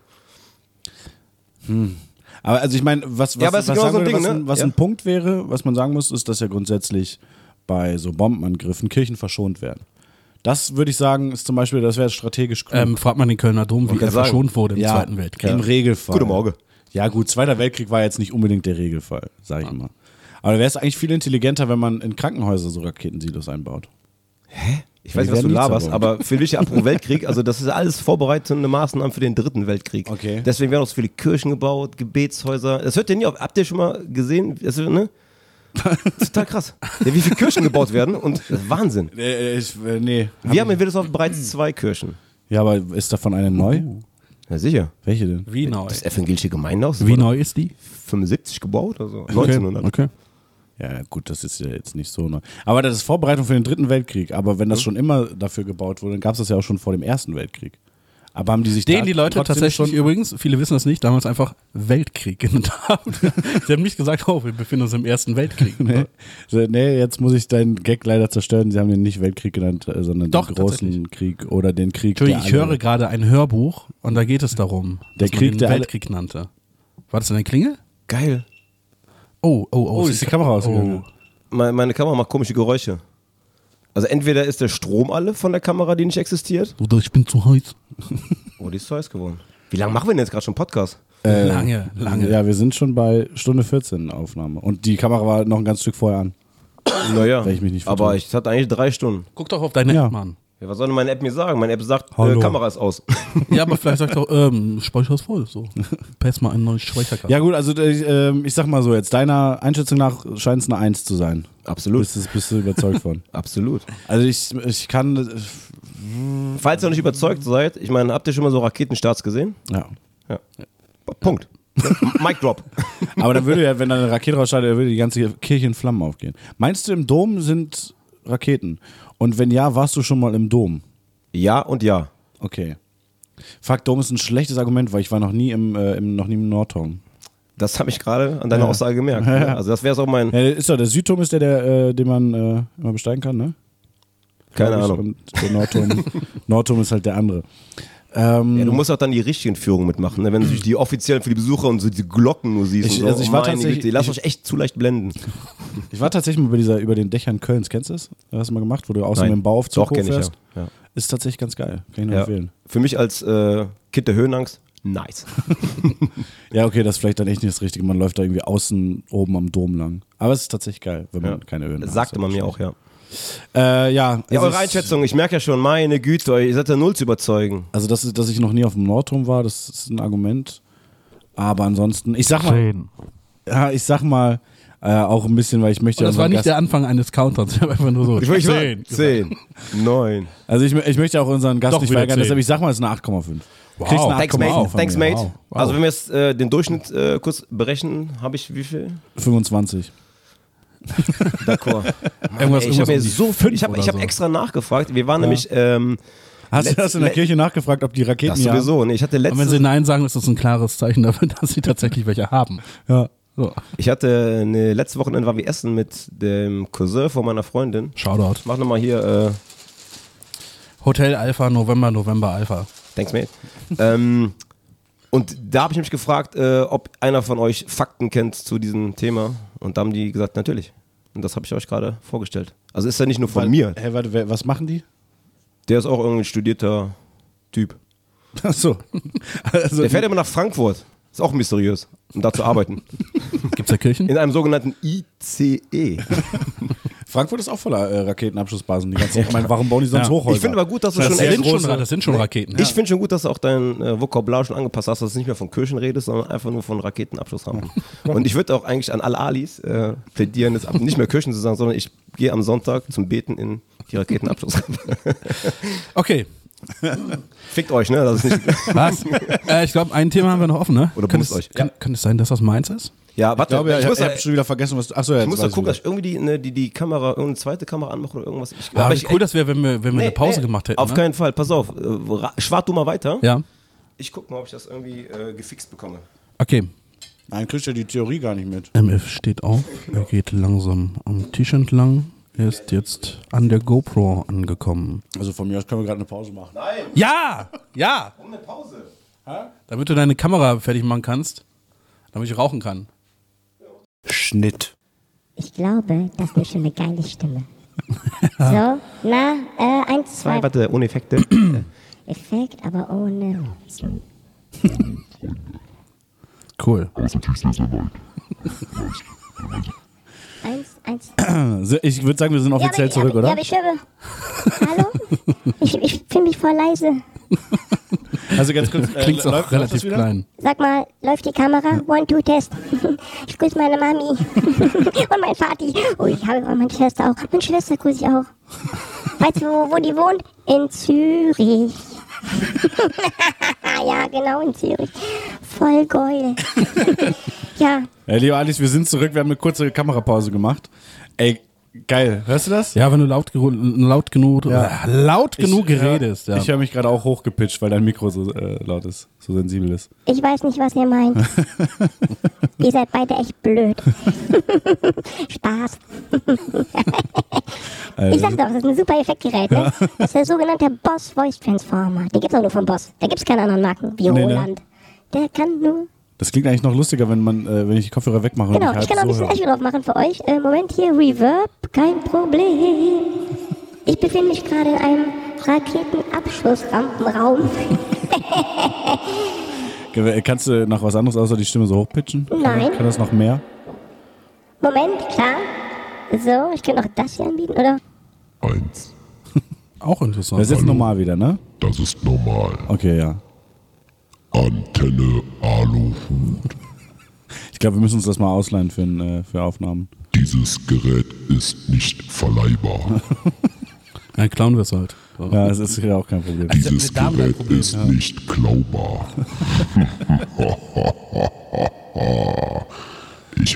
Aber also ich meine, was Ja, aber es ist was, genau sagen so ein wir, Ding, was, ne? was Ja. ein Punkt wäre, was man sagen muss, ist, dass ja grundsätzlich bei so Bombenangriffen Kirchen verschont werden. Das würde ich sagen, ist zum Beispiel, das wäre strategisch klug. Fragt man den Kölner Dom, wie er sagen. verschont wurde im Zweiten Weltkrieg. Im Regelfall. Gute Morgen. Ja gut, Zweiter Weltkrieg war jetzt nicht unbedingt der Regelfall, sage ich mal. Aber wäre es eigentlich viel intelligenter, wenn man in Krankenhäuser so Raketensilos einbaut. Ich weiß Die nicht, was du werden nie laberst, zerbaut. aber für dich Apropos Weltkrieg, also das ist alles vorbereitende Maßnahmen für den Dritten Weltkrieg. Okay. Deswegen werden auch so viele Kirchen gebaut, Gebetshäuser. Das hört ihr nie auf. Habt ihr schon mal gesehen? Das ist, ne? Das ist total krass. Ja, wie viele Kirchen gebaut werden und das ist Wahnsinn. Nee. Wir haben in Wildersdorf bereits 2 Kirchen. Ja, aber ist davon eine neu? Ja, sicher. Welche denn? Wie neu? Das evangelische Gemeindehaus Wie wurde neu ist die? 75 gebaut, also 1900. Okay. Ja, gut, das ist ja jetzt nicht so neu. Aber das ist Vorbereitung für den Dritten Weltkrieg. Aber wenn das schon immer dafür gebaut wurde, dann gab es das ja auch schon vor dem Ersten Weltkrieg. Aber haben die sich Den da die Leute trotzdem tatsächlich schon übrigens, viele wissen das nicht, damals einfach Weltkrieg genannt haben. Sie haben nicht gesagt, oh, wir befinden uns im Ersten Weltkrieg. Nee, jetzt muss ich deinen Gag leider zerstören. Sie haben den nicht Weltkrieg genannt, sondern Doch, den großen tatsächlich. Krieg oder den Krieg. Entschuldigung, der ich höre alle- gerade ein Hörbuch und da geht es darum, Der dass man Krieg, den der alle- Weltkrieg nannte. War das eine Klingel? Geil. Oh, ist die Kamera ausgegangen. Meine Kamera macht komische Geräusche. Also entweder ist der Strom alle von der Kamera, die nicht existiert, Oder ich bin zu heiß. oder die ist zu heiß geworden. Wie lange machen wir denn jetzt gerade schon Podcast? Lange. Ja, wir sind schon bei Stunde 14 Aufnahme. Und die Kamera war noch ein ganz Stück vorher an. Naja, Wenn ich mich nicht aber vertue. ich hatte eigentlich 3 Stunden. Guck doch auf deine Ja. App, Mann. Ja, was soll denn meine App mir sagen? Meine App sagt, Hallo. Kamera ist aus. Ja, aber vielleicht sagt auch, Speicher ist voll. So. Pass mal einen neuen Speicherkarte. Ja gut, also ich sag mal so, jetzt deiner Einschätzung nach scheint es eine 1 zu sein. Absolut. Bist du überzeugt von? Absolut. Also ich kann, Falls ihr noch nicht überzeugt seid, ich meine, habt ihr schon mal so Raketenstarts gesehen? ja. Ja. Punkt. Mic Drop. Aber dann würde ja, wenn da eine Rakete rausstartet, würde die ganze Kirche in Flammen aufgehen. Meinst du, im Dom sind Raketen? Und wenn ja, warst du schon mal im Dom? Ja und ja. Okay. Fuck, Dom ist ein schlechtes Argument, weil ich war noch nie im Nordturm. Das habe ich gerade an deiner Aussage gemerkt. Ne? Also das wäre auch mein... Ja, ist doch, der Südturm ist den man immer besteigen kann, ne? Keine Ahnung. Und der Nordturm ist halt der andere. Ja, du musst auch dann die richtigen Führungen mitmachen, ne? Wenn du die offiziellen für die Besucher und so die Glocken nur siehst. Ich und so. war tatsächlich- Güte, lasst euch echt zu leicht blenden. Ich war tatsächlich mal über den Dächern Kölns, kennst du das? Hast du mal gemacht, wo du außen Nein. mit dem Bauaufzug Doch, kenn ich, hochfährst? ja. Ist tatsächlich ganz geil. Kann ich nur Ja. empfehlen. Für mich als Kind der Höhenangst, nice. Ja, okay, das ist vielleicht dann echt nicht das Richtige. Man läuft da irgendwie außen oben am Dom lang. Aber es ist tatsächlich geil, wenn man keine Höhen hat. Sagte man mir auch, ja. Ja, Ja, also eure Einschätzung, ich merke ja schon, meine Güte, ihr seid ja null zu überzeugen. Also, dass ich noch nie auf dem Nordturm war, das ist ein Argument. Aber ansonsten, ich sag mal, auch ein bisschen, weil ich möchte. Und das war unseren nicht Gast- der Anfang eines Countdowns, ich habe einfach nur so 10, 9. Also, ich möchte auch unseren Gast Doch, nicht wieder verärgern, 10. deshalb ich sag mal, es ist eine 8,5. Wow. Kriegst eine Thanks, 8,5 mate. von Thanks, mir. mate. Wow. Also wenn wir jetzt den Durchschnitt kurz berechnen, habe ich wie viel? 25. D'accord. Irgendwas Ey, ich habe mir um die so viel, fünf ich habe oder so. extra nachgefragt. Wir waren nämlich, Hast du in der Kirche nachgefragt, ob die Raketen das sowieso, ne, ich hatte Und wenn sie letztes, Nein sagen, ist das ein klares Zeichen dafür, dass sie tatsächlich welche haben. Ja. So. ich hatte letzte Wochenende waren wir essen mit dem Cousin von meiner Freundin. Shoutout. Mach nochmal hier, Hotel Alpha, November Alpha. thanks mate. Und da habe ich mich gefragt, ob einer von euch Fakten kennt zu diesem Thema. Und da haben die gesagt, natürlich. Und das habe ich euch gerade vorgestellt. Also ist ja nicht nur von mir. Hä, warte, was machen die? Der ist auch irgendein studierter Typ. Achso. Also, Der fährt immer nach Frankfurt. Ist auch mysteriös, um da zu arbeiten. Gibt's da Kirchen? In einem sogenannten ICE. Frankfurt ist auch voller Raketenabschussbasen. Die ganzen, ich meine, warum bauen die sonst Hochhäuser? Ich finde aber gut, dass du Das schon ist echt Das sind schon Raketen. Ich finde schon gut, dass du auch dein Vokabular schon angepasst hast, dass du nicht mehr von Kirchen redest, sondern einfach nur von Raketenabschussrampen. Und ich würde auch eigentlich an alle Alis plädieren, jetzt nicht mehr Kirchen zu sagen, sondern ich gehe am Sonntag zum Beten in die Raketenabschussrampe. Okay. Fickt euch, ne? Das ist nicht Was? Ich glaube, ein Thema haben wir noch offen, ne? Oder kann bumst es, euch. Kann es sein, dass das meins ist? ja, warte, Ich glaube, ich muss habe schon wieder vergessen, was du. Achso, ja, ich muss da weiß gucken, wieder. dass ich irgendwie die Kamera, irgendeine zweite Kamera anmache oder irgendwas. Aber cool, dass wir, wenn wir eine Pause gemacht hätten. Auf ne? keinen Fall, pass auf. Schwart du mal weiter. Ja. Ich guck mal, ob ich das irgendwie gefixt bekomme. Okay. Nein, kriegst ja die Theorie gar nicht mit. MF steht auf. Er geht langsam am Tisch entlang. Er ist jetzt an der GoPro angekommen. Also von mir aus können wir gerade eine Pause machen. Nein, Ja! Ja! warum eine Pause? Damit du deine Kamera fertig machen kannst. Damit ich rauchen kann. Schnitt. Ich glaube, das ist schon eine geile Stimme. So, na, 1, 2, Warte, ohne Effekte. Effekt, aber ohne. Cool. 1. Also ich würde sagen, wir sind offiziell zurück, Ja, oder? aber ich höre. Hallo? Ich fühle mich voll leise. Also ganz kurz, Klingt auch läuft das relativ wieder? klein. Sag mal, läuft die Kamera? 1, 2, Test. Ich grüße meine Mami. Und mein Vati. Oh, ich habe auch meine Schwester auch. Meine Schwester grüße ich auch. Weißt du, wo die wohnt? In Zürich. Ja, genau, in Zürich. Voll geil. Ja, Lieber Alice, wir sind zurück. Wir haben eine kurze Kamerapause gemacht. Ey, geil. Hörst du das? Ja, wenn du laut genug redest. Ja. Ich höre mich gerade auch hochgepitcht, weil dein Mikro so laut ist, so sensibel ist. ich weiß nicht, was ihr meint. Ihr seid beide echt blöd. Spaß. Ich sag doch, das ist ein super Effektgerät, ne? Das ist der sogenannte Boss Voice Transformer. Den gibt's auch nur vom Boss. Da gibt's keine anderen Marken, wie Nee, ne? Roland. Der kann nur... Das klingt eigentlich noch lustiger, wenn ich die Kopfhörer wegmache. Genau, und ich kann auch ein so bisschen höre. Echo drauf machen für euch. Moment hier, Reverb, kein Problem. Ich befinde mich gerade in einem Raketenabschussrampenraum. Kannst du noch was anderes außer die Stimme so hochpitchen? Nein. Kann das noch mehr? Moment, klar. So, ich könnte auch das hier anbieten, oder? 1. Auch interessant. Das ist jetzt normal wieder, ne? Das ist normal. Okay, ja. Antenne Aluhut. Ich glaube, wir müssen uns das mal ausleihen für Aufnahmen. Dieses Gerät ist nicht verleihbar. Dann klauen wir es halt. So. Ja, das ist ja auch kein Problem. Dieses wir haben ein Gerät Problem, ist ja. nicht klaubar.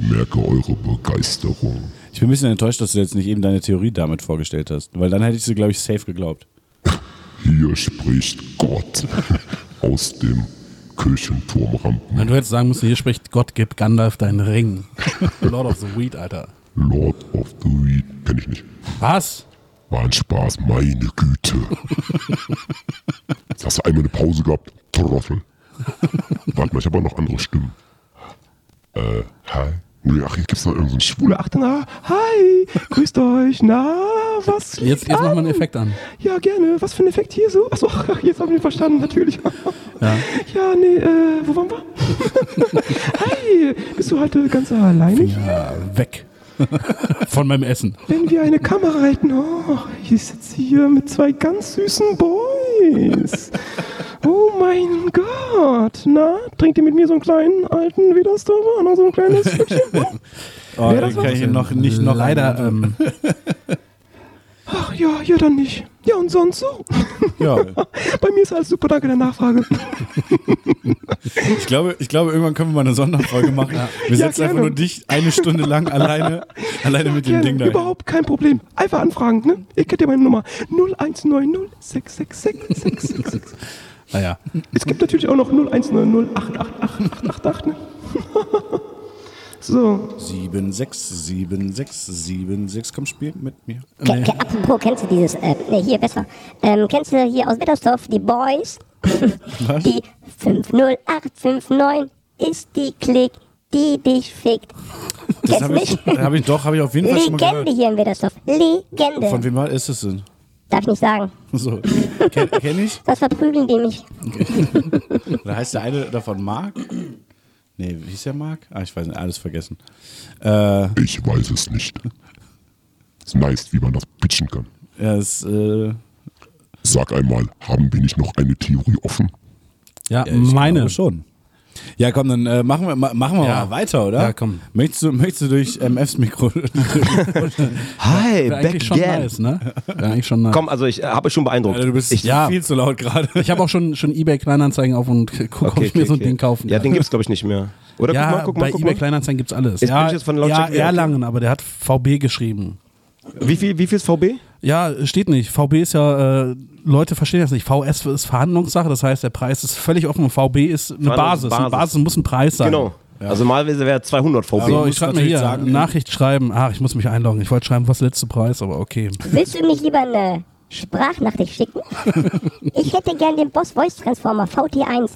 merke eure Begeisterung. Ich bin ein bisschen enttäuscht, dass du jetzt nicht eben deine Theorie damit vorgestellt hast, weil dann hätte ich sie, glaube ich, safe geglaubt. Hier spricht Gott aus dem Kirchenturmrampen. Wenn du jetzt sagen musst, hier spricht Gott, gib Gandalf deinen Ring. Lord of the Weed, Alter. Lord of the Weed, kenn ich nicht. Was? War ein Spaß, meine Güte. Jetzt hast du einmal eine Pause gehabt, Trottel. Warte mal, ich habe auch noch andere Stimmen. Hi. Nee, ach, hier gibt's noch irgendeinen schwulen. Ach, na, hi, grüßt euch, na, was? Jetzt mach mal einen Effekt an. Ja, gerne, was für ein Effekt hier so? Achso, jetzt hab ich ihn verstanden, natürlich. Ja. Ja, nee, wo waren wir? Hi, bist du heute ganz alleine? Ja, weg. Von meinem Essen. Wenn wir eine Kamera halten, oh, ich sitze hier mit zwei ganz süßen Boys. Oh mein Gott, na, trinkt ihr mit mir so einen kleinen alten, wie das da war, noch so ein kleines Stückchen? Oh, das kann ich noch nicht noch Leider, Ach ja, ja dann nicht. Ja und sonst so? Ja. Bei mir ist alles super, danke der Nachfrage. Ich glaube, irgendwann können wir mal eine Sonderfolge machen. Wir Ja, setzen einfach gerne. nur dich eine Stunde lang alleine mit dem Gerne, Ding da. überhaupt kein Problem. Einfach anfragen, ne? Ihr kennt ja meine Nummer. 0190 666 666. naja. Es gibt natürlich auch noch 0190 888 ne? So. 767676, komm, spiel mit mir. Apropos, kennst du dieses, hier besser. Kennst du hier aus Wittersdorf die Boys? Was? Die 50859 ist die Klick, die dich fickt. Das Kennst du habe nicht? ich auf jeden Fall schon mal Legende gehört. hier in Wittersdorf. Legende. Von wem ist es denn? Darf ich nicht sagen. So. Kenn ich? Das verprügeln die mich. Oder heißt der eine davon Marc? Nee, wie hieß der Marc? Ah, ich weiß nicht, alles vergessen. Ich weiß es nicht. Ist nice, wie man das pitchen kann. Ja, es, Sag einmal, haben wir nicht noch eine Theorie offen? Ja, ich meine. glaube schon. Ja, komm, dann machen wir Ja. mal weiter, oder? Ja, komm. Möchtest du durch MFs Mikro? Hi, Wäre eigentlich schon nice, ne? Wäre eigentlich schon nice. Komm, also ich habe euch schon beeindruckt. Alter, du bist Ja. viel zu laut gerade. Ich habe auch schon eBay Kleinanzeigen auf und gucke, ob ich mir so ein Ding kaufen kann. Ja, den gibt's glaube ich nicht mehr. Oder Ja, guck mal. bei eBay Kleinanzeigen gibt's alles. Jetzt bin Ja, ich jetzt von Lautstärke ja wieder, okay. Erlangen, aber der hat VB geschrieben. Wie viel ist VB? Ja, steht nicht. VB ist ja, Leute verstehen das nicht. VS ist Verhandlungssache, das heißt, der Preis ist völlig offen und VB ist eine Basis. Eine Basis muss ein Preis sein. Genau. Also normalerweise wäre 200 VB. So, muss ich schreibe mir natürlich hier sagen, Nachricht schreiben. Ach, ich muss mich einloggen. Ich wollte schreiben, was der letzte Preis, aber okay. Willst du mich lieber eine Sprachnachricht schicken? Ich hätte gern den Boss Voice Transformer VT1.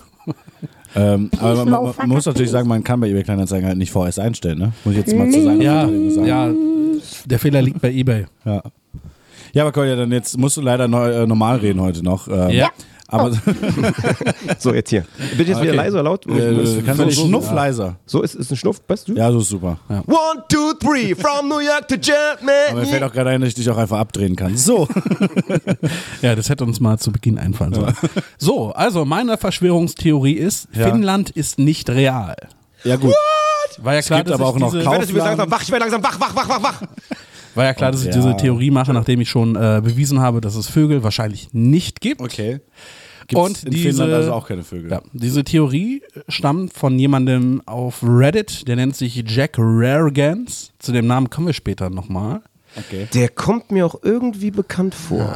Aber man muss natürlich sagen, man kann bei eBay Kleinanzeigen halt nicht VS einstellen, ne? Muss ich jetzt mal zu sagen. Ja, der Fehler liegt bei eBay. Ja, aber Kolja, dann jetzt musst du leider normal reden heute noch. Ja. Aber So, jetzt hier. Bin ich jetzt wieder leise oder laut? kannst du so, Schnuff leiser. So, ist ein Schnuff, weißt du? Ja, so ist super. 1, 2, 3, from New York to Aber mir fällt Germany. auch gerade ein, dass ich dich auch einfach abdrehen kann. So. Ja, das hätte uns mal zu Beginn einfallen sollen. So, also meine Verschwörungstheorie ist, Ja. Finnland ist nicht real. Ja, gut. War ja klar, gibt dass aber ich auch noch diese, Ich werde langsam wach, wach. war ja klar, dass ich Ja. diese Theorie mache, nachdem ich schon bewiesen habe, dass es Vögel wahrscheinlich nicht gibt. Okay. Gibt's Und in diese, Finnland also auch keine Vögel? Ja, diese Theorie stammt von jemandem auf Reddit, der nennt sich Jack Rargans. Zu dem Namen kommen wir später nochmal. Okay. Der kommt mir auch irgendwie bekannt vor.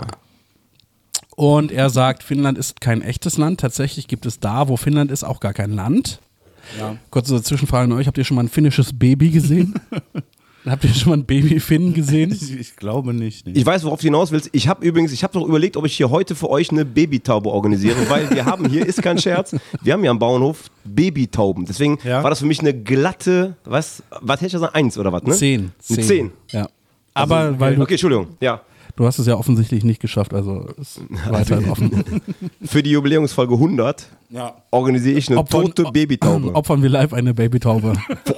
Und er sagt, Finnland ist kein echtes Land. Tatsächlich gibt es da, wo Finnland ist, auch gar kein Land. Ja. Kurze Zwischenfrage an euch. Habt ihr schon mal ein finnisches Baby gesehen? Habt ihr schon mal ein Baby-Finn gesehen? Ich glaube nicht. Nee. Ich weiß, worauf du hinaus willst. Ich habe doch überlegt, ob ich hier heute für euch eine Babytaube organisiere, weil wir haben hier, ist kein Scherz, wir haben hier am Bauernhof Babytauben. Deswegen Ja. war das für mich eine glatte, was hätte ich da sagen, 1 oder was, ne? 10. Eine 10. Ja. Aber weil Okay, Entschuldigung, ja. du hast es ja offensichtlich nicht geschafft, also ist weiterhin offen. Für die Jubiläumsfolge 100 Ja. organisiere ich eine tote Babytaube. Opfern wir live eine Babytaube.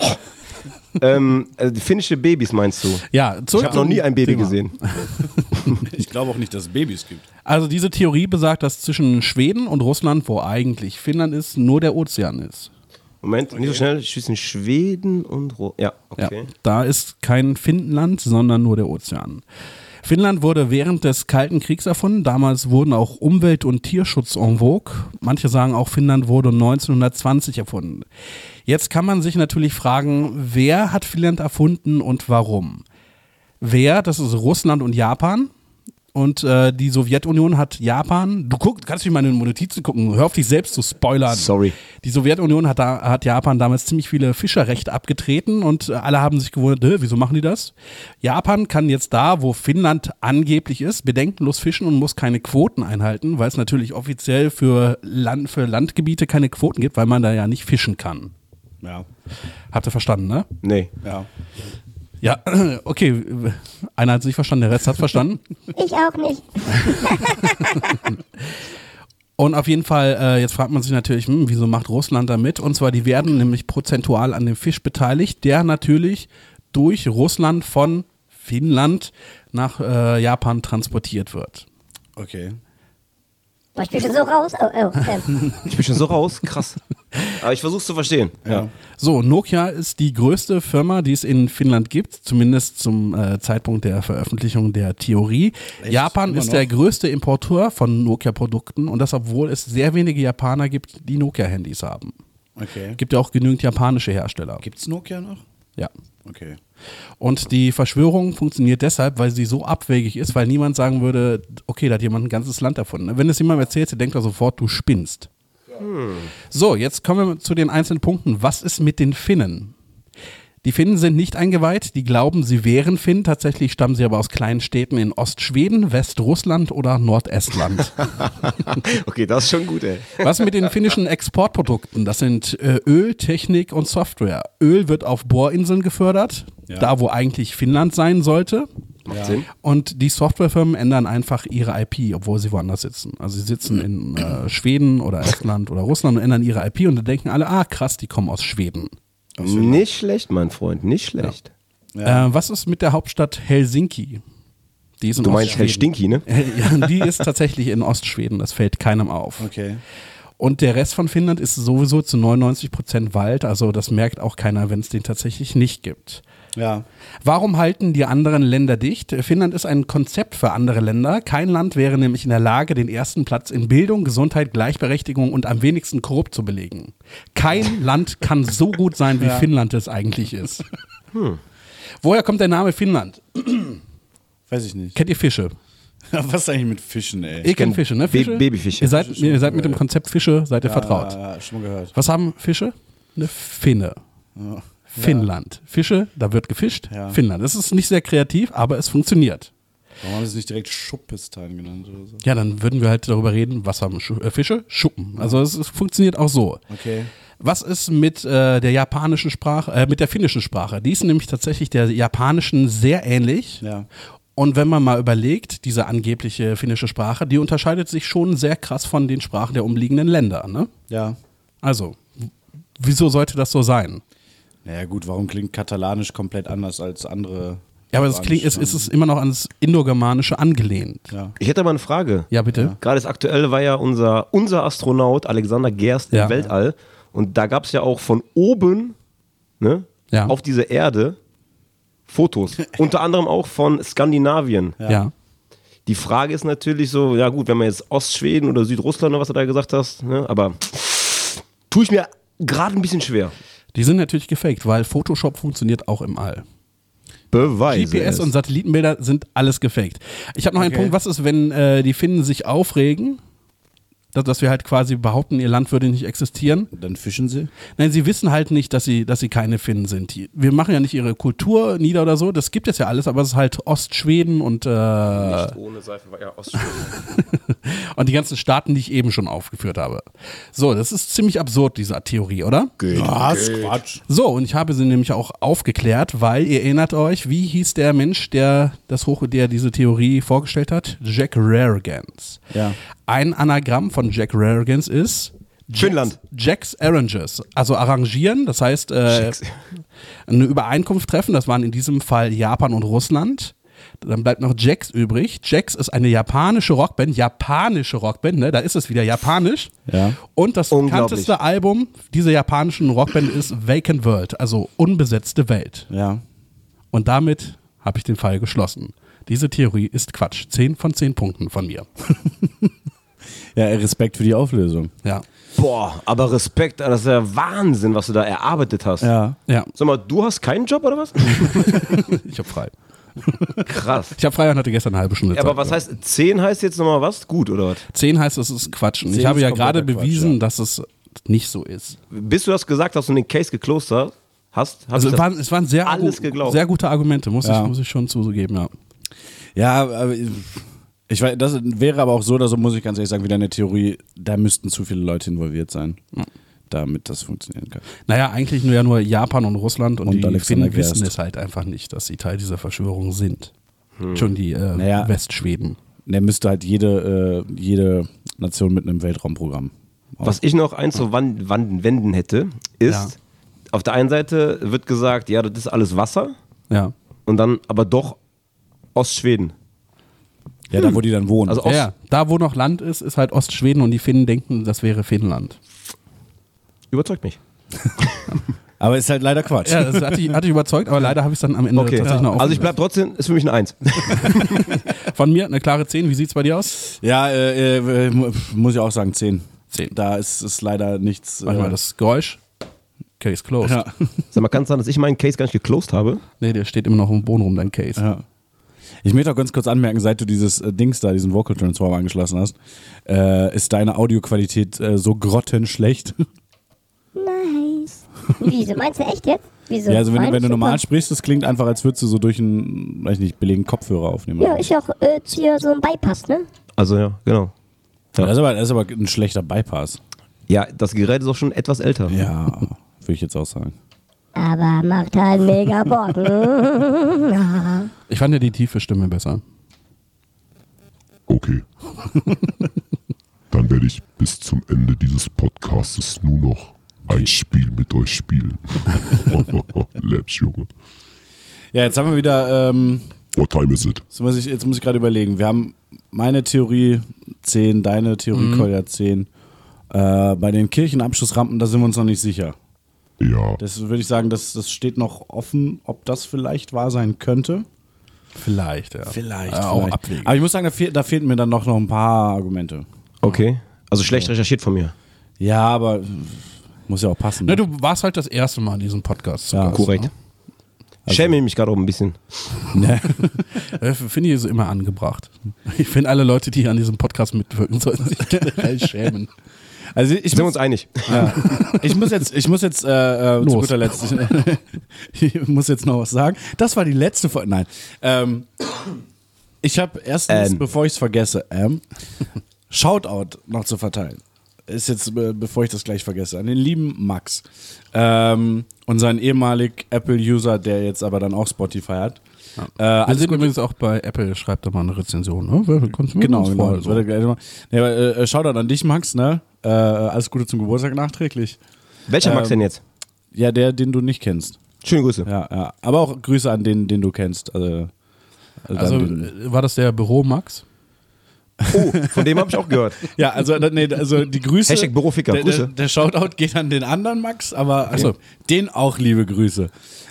Die finnische Babys meinst du? Ja, Ich habe noch nie ein Baby gesehen. Ich glaube auch nicht, dass es Babys gibt. Also diese Theorie besagt, dass zwischen Schweden und Russland, wo eigentlich Finnland ist, nur der Ozean ist. Moment, nicht so schnell. Zwischen Schweden und ja, okay. Ja, da ist kein Finnland, sondern nur der Ozean. Finnland wurde während des Kalten Kriegs erfunden. Damals wurden auch Umwelt- und Tierschutz en vogue. Manche sagen auch, Finnland wurde 1920 erfunden. Jetzt kann man sich natürlich fragen, wer hat Finnland erfunden und warum? Wer? Das ist Russland und Japan. Und die Sowjetunion hat Japan, kannst du in meine Notizen gucken, hör auf dich selbst zu spoilern. Sorry. Die Sowjetunion hat Japan damals ziemlich viele Fischerrechte abgetreten und alle haben sich gewundert, wieso machen die das? Japan kann jetzt da, wo Finnland angeblich ist, bedenkenlos fischen und muss keine Quoten einhalten, weil es natürlich offiziell für Landgebiete keine Quoten gibt, weil man da ja nicht fischen kann. Ja. Habt ihr verstanden, ne? Nee. Ja. Ja, okay. Einer hat es nicht verstanden, der Rest hat es verstanden. Ich auch nicht. Und auf jeden Fall, jetzt fragt man sich natürlich, wieso macht Russland da mit? Und zwar, die werden nämlich prozentual an dem Fisch beteiligt, der natürlich durch Russland von Finnland nach Japan transportiert wird. Okay. Was spielt denn so raus? Ich bin schon so raus, krass. Aber ich versuch's zu verstehen. Ja. So, Nokia ist die größte Firma, die es in Finnland gibt, zumindest zum Zeitpunkt der Veröffentlichung der Theorie. Echt? Japan Immer ist noch? der größte Importeur von Nokia-Produkten und das, obwohl es sehr wenige Japaner gibt, die Nokia-Handys haben. Okay. Gibt ja auch genügend japanische Hersteller. Gibt's Nokia noch? Ja. Okay. Und die Verschwörung funktioniert deshalb, weil sie so abwegig ist, weil niemand sagen würde, okay, da hat jemand ein ganzes Land erfunden. Wenn es jemandem erzählt, denkt er sofort, du spinnst. So, jetzt kommen wir zu den einzelnen Punkten. Was ist mit den Finnen? Die Finnen sind nicht eingeweiht, die glauben, sie wären Finn. Tatsächlich stammen sie aber aus kleinen Städten in Ostschweden, Westrussland oder Nordestland. Okay, das ist schon gut, ey. Was mit den finnischen Exportprodukten? Das sind Öl, Technik und Software. Öl wird auf Bohrinseln gefördert, da wo eigentlich Finnland sein sollte. Macht Sinn. Und die Softwarefirmen ändern einfach ihre IP, obwohl sie woanders sitzen. Also sie sitzen in Schweden oder Estland oder Russland und ändern ihre IP und dann denken alle, krass, die kommen aus Schweden. Nicht schlecht, mein Freund, nicht schlecht. Was ist mit der Hauptstadt Helsinki? Die ist in Du meinst Ostschweden. Helsinki, ne? Ja, die ist tatsächlich in Ostschweden, das fällt keinem auf. Okay. Und der Rest von Finnland ist sowieso zu 99% Wald, also das merkt auch keiner, wenn es den tatsächlich nicht gibt. Ja. Warum halten die anderen Länder dicht? Finnland ist ein Konzept für andere Länder. Kein Land wäre nämlich in der Lage, den ersten Platz in Bildung, Gesundheit, Gleichberechtigung und am wenigsten korrupt zu belegen. Kein Land kann so gut sein, wie Finnland es eigentlich ist. Woher kommt der Name Finnland? Weiß ich nicht. Kennt ihr Fische? Was ist eigentlich mit Fischen, ey? Ihr kennt Fische, ne? Fische? Babyfische. Ihr seid mit dem Konzept Fische, seid ihr vertraut. Ja, schon mal gehört. Was haben Fische? Eine Finne. Finnland. Fische, da wird gefischt. Ja. Finnland. Das ist nicht sehr kreativ, aber es funktioniert. Warum haben sie es nicht direkt Schuppistan genannt oder so? Ja, dann würden wir halt darüber reden, was haben Fische? Schuppen. Also es funktioniert auch so. Okay. Was ist mit der japanischen Sprache, mit der finnischen Sprache? Die ist nämlich tatsächlich der japanischen sehr ähnlich. Ja. Und wenn man mal überlegt, diese angebliche finnische Sprache, die unterscheidet sich schon sehr krass von den Sprachen der umliegenden Länder. Ne? Ja. Also, wieso sollte das so sein? Naja gut, warum klingt Katalanisch komplett anders als andere? Ja, aber es ist immer noch ans Indogermanische angelehnt. Ja. Ich hätte mal eine Frage. Ja, bitte. Gerade das Aktuelle war ja unser Astronaut Alexander Gerst Ja. im Weltall. Und da gab es ja auch von oben, ne, Ja. auf diese Erde Fotos. Unter anderem auch von Skandinavien. Ja. Die Frage ist natürlich so, ja gut, wenn man jetzt Ostschweden oder Südrussland oder was du da gesagt hast, ne, aber tue ich mir gerade ein bisschen schwer. Die sind natürlich gefaked, weil Photoshop funktioniert auch im All. Beweise GPS es. und Satellitenbilder sind alles gefaked. Ich habe noch einen Punkt, was ist, wenn die Finnen sich aufregen, dass wir halt quasi behaupten, ihr Land würde nicht existieren? Dann fischen sie? Nein, sie wissen halt nicht, dass sie keine Finnen sind. Wir machen ja nicht ihre Kultur nieder oder so, das gibt es ja alles, aber es ist halt Ostschweden und Nicht ohne Seife war ja Ostschweden. und die ganzen Staaten, die ich eben schon aufgeführt habe. So, das ist ziemlich absurd, diese Theorie, oder? Was? Quatsch. So, und ich habe sie nämlich auch aufgeklärt, weil ihr erinnert euch, wie hieß der Mensch, der diese Theorie vorgestellt hat? Jack Rargans. Ja. Ein Anagramm von Jack Rargans ist Finnland. Jack's Arranges. Also arrangieren, das heißt eine Übereinkunft treffen, das waren in diesem Fall Japan und Russland. Dann bleibt noch Jax übrig. Jax ist eine japanische Rockband, ne? Da ist es wieder japanisch. Ja. Und das bekannteste Album dieser japanischen Rockband ist Vacant World, also unbesetzte Welt. Ja. Und damit habe ich den Fall geschlossen. Diese Theorie ist Quatsch. 10 von 10 Punkten von mir. Ja, Respekt für die Auflösung. Ja. Boah, aber Respekt, das ist ja Wahnsinn, was du da erarbeitet hast. Ja. Ja, Sag mal, du hast keinen Job oder was? ich habe frei. Krass. Ich habe frei und hatte gestern eine halbe Stunde Ja, Zeit. aber was heißt, 10 heißt jetzt nochmal was? Gut, oder was? 10 heißt, es ist Quatsch. Und 10 ich habe ist ja gerade kompletter Quatsch, bewiesen, ja. dass es nicht so ist. Bis du das gesagt hast und den Case geclosed hast, Also es waren sehr, alles geglaubt. sehr gute Argumente, muss Ja. ich schon zugeben, ja. Ja, aber ich weiß, das wäre aber auch so oder so, muss ich ganz ehrlich sagen, wieder eine Theorie, da müssten zu viele Leute involviert sein, damit das funktionieren kann. Naja, eigentlich nur Japan und Russland und die Alexander Finnen wissen Gerst. es halt einfach nicht, dass sie Teil dieser Verschwörung sind. Schon die Naja. Westschweden. Der müsste halt jede Nation mit einem Weltraumprogramm. Was ich noch wenden hätte, ist, Ja. auf der einen Seite wird gesagt, ja, das ist alles Wasser Ja. und dann aber doch Ostschweden. Ja, da wo die dann wohnen. Also Ja, da wo noch Land ist, ist halt Ostschweden und die Finnen denken, das wäre Finnland. Überzeugt mich. aber ist halt leider Quatsch. Ja, das hat dich überzeugt, aber leider habe ich es dann am Ende Okay, tatsächlich noch also ich bleib trotzdem, ist für mich ein 1. Von mir eine klare 10. Wie sieht es bei dir aus? Ja, muss ich auch sagen, 10. 10. Da ist leider nichts. Manchmal das Geräusch. Case closed. Ja. Sag mal, kann es sein, dass ich meinen Case gar nicht geclosed habe? Nee, der steht immer noch im Boden rum, dein Case. Ja. Ich möchte auch ganz kurz anmerken, seit du dieses Dings da, diesen Vocal Transformer angeschlossen hast, ist deine Audioqualität so grottenschlecht. Nice. Wieso? Meinst du echt jetzt? Wieso? Ja, also wenn Meine du normal super. sprichst, das klingt einfach, als würdest du so durch einen, weiß nicht, billigen Kopfhörer aufnehmen. Ja, ist ja auch hier so ein Bypass, ne? Also ja, genau. Das ist aber ein schlechter Bypass. Ja, das Gerät ist auch schon etwas älter. Ja, würde ich jetzt auch sagen. Aber macht halt mega Bock. Ich fand ja die tiefe Stimme besser. Okay. Dann werde ich bis zum Ende dieses Podcasts nur noch ein Spiel mit euch spielen. Labs, Junge. Ja, jetzt haben wir wieder, What time is it? jetzt muss ich gerade überlegen, wir haben meine Theorie 10, deine Theorie Kolja 10. Bei den Kirchenabschlussrampen, da sind wir uns noch nicht sicher. Ja. Das würde ich sagen, das steht noch offen, ob das vielleicht wahr sein könnte. Vielleicht, ja. Vielleicht. Auch abwägen. Aber ich muss sagen, da fehlten mir dann noch ein paar Argumente. Okay. Also schlecht recherchiert von mir. Ja, aber muss ja auch passen. Na, du warst halt das erste Mal in diesem Podcast. zu Ja, Gast, Korrekt. ne? Schäme mich gerade auch ein bisschen. Finde ich es immer angebracht. Ich finde, alle Leute, die an diesem Podcast mitwirken, sollten sich generell schämen. Also Sind wir uns einig? ich muss jetzt zu guter Letzt, ich muss jetzt noch was sagen. Das war die letzte Folge. Nein. Ich habe erstens, bevor ich es vergesse, Shoutout noch zu verteilen. Ist jetzt, bevor ich das gleich vergesse, an den lieben Max. Unseren ehemalig Apple-User, der jetzt aber dann auch Spotify hat. Wir sind übrigens auch bei Apple, schreibt da mal eine Rezension. Ne? Genau. Freuen, so. Nee, aber, Shoutout an dich, Max. Ne? Alles Gute zum Geburtstag nachträglich. Welcher Max denn jetzt? Ja, der, den du nicht kennst. Schöne Grüße. Ja. Aber auch Grüße an den du kennst. Also den, war das der Büro Max? Oh, von dem habe ich auch gehört. ja, also die Grüße. Hashtag Büroficker, Grüße. Der Shoutout geht an den anderen Max, aber den auch liebe Grüße.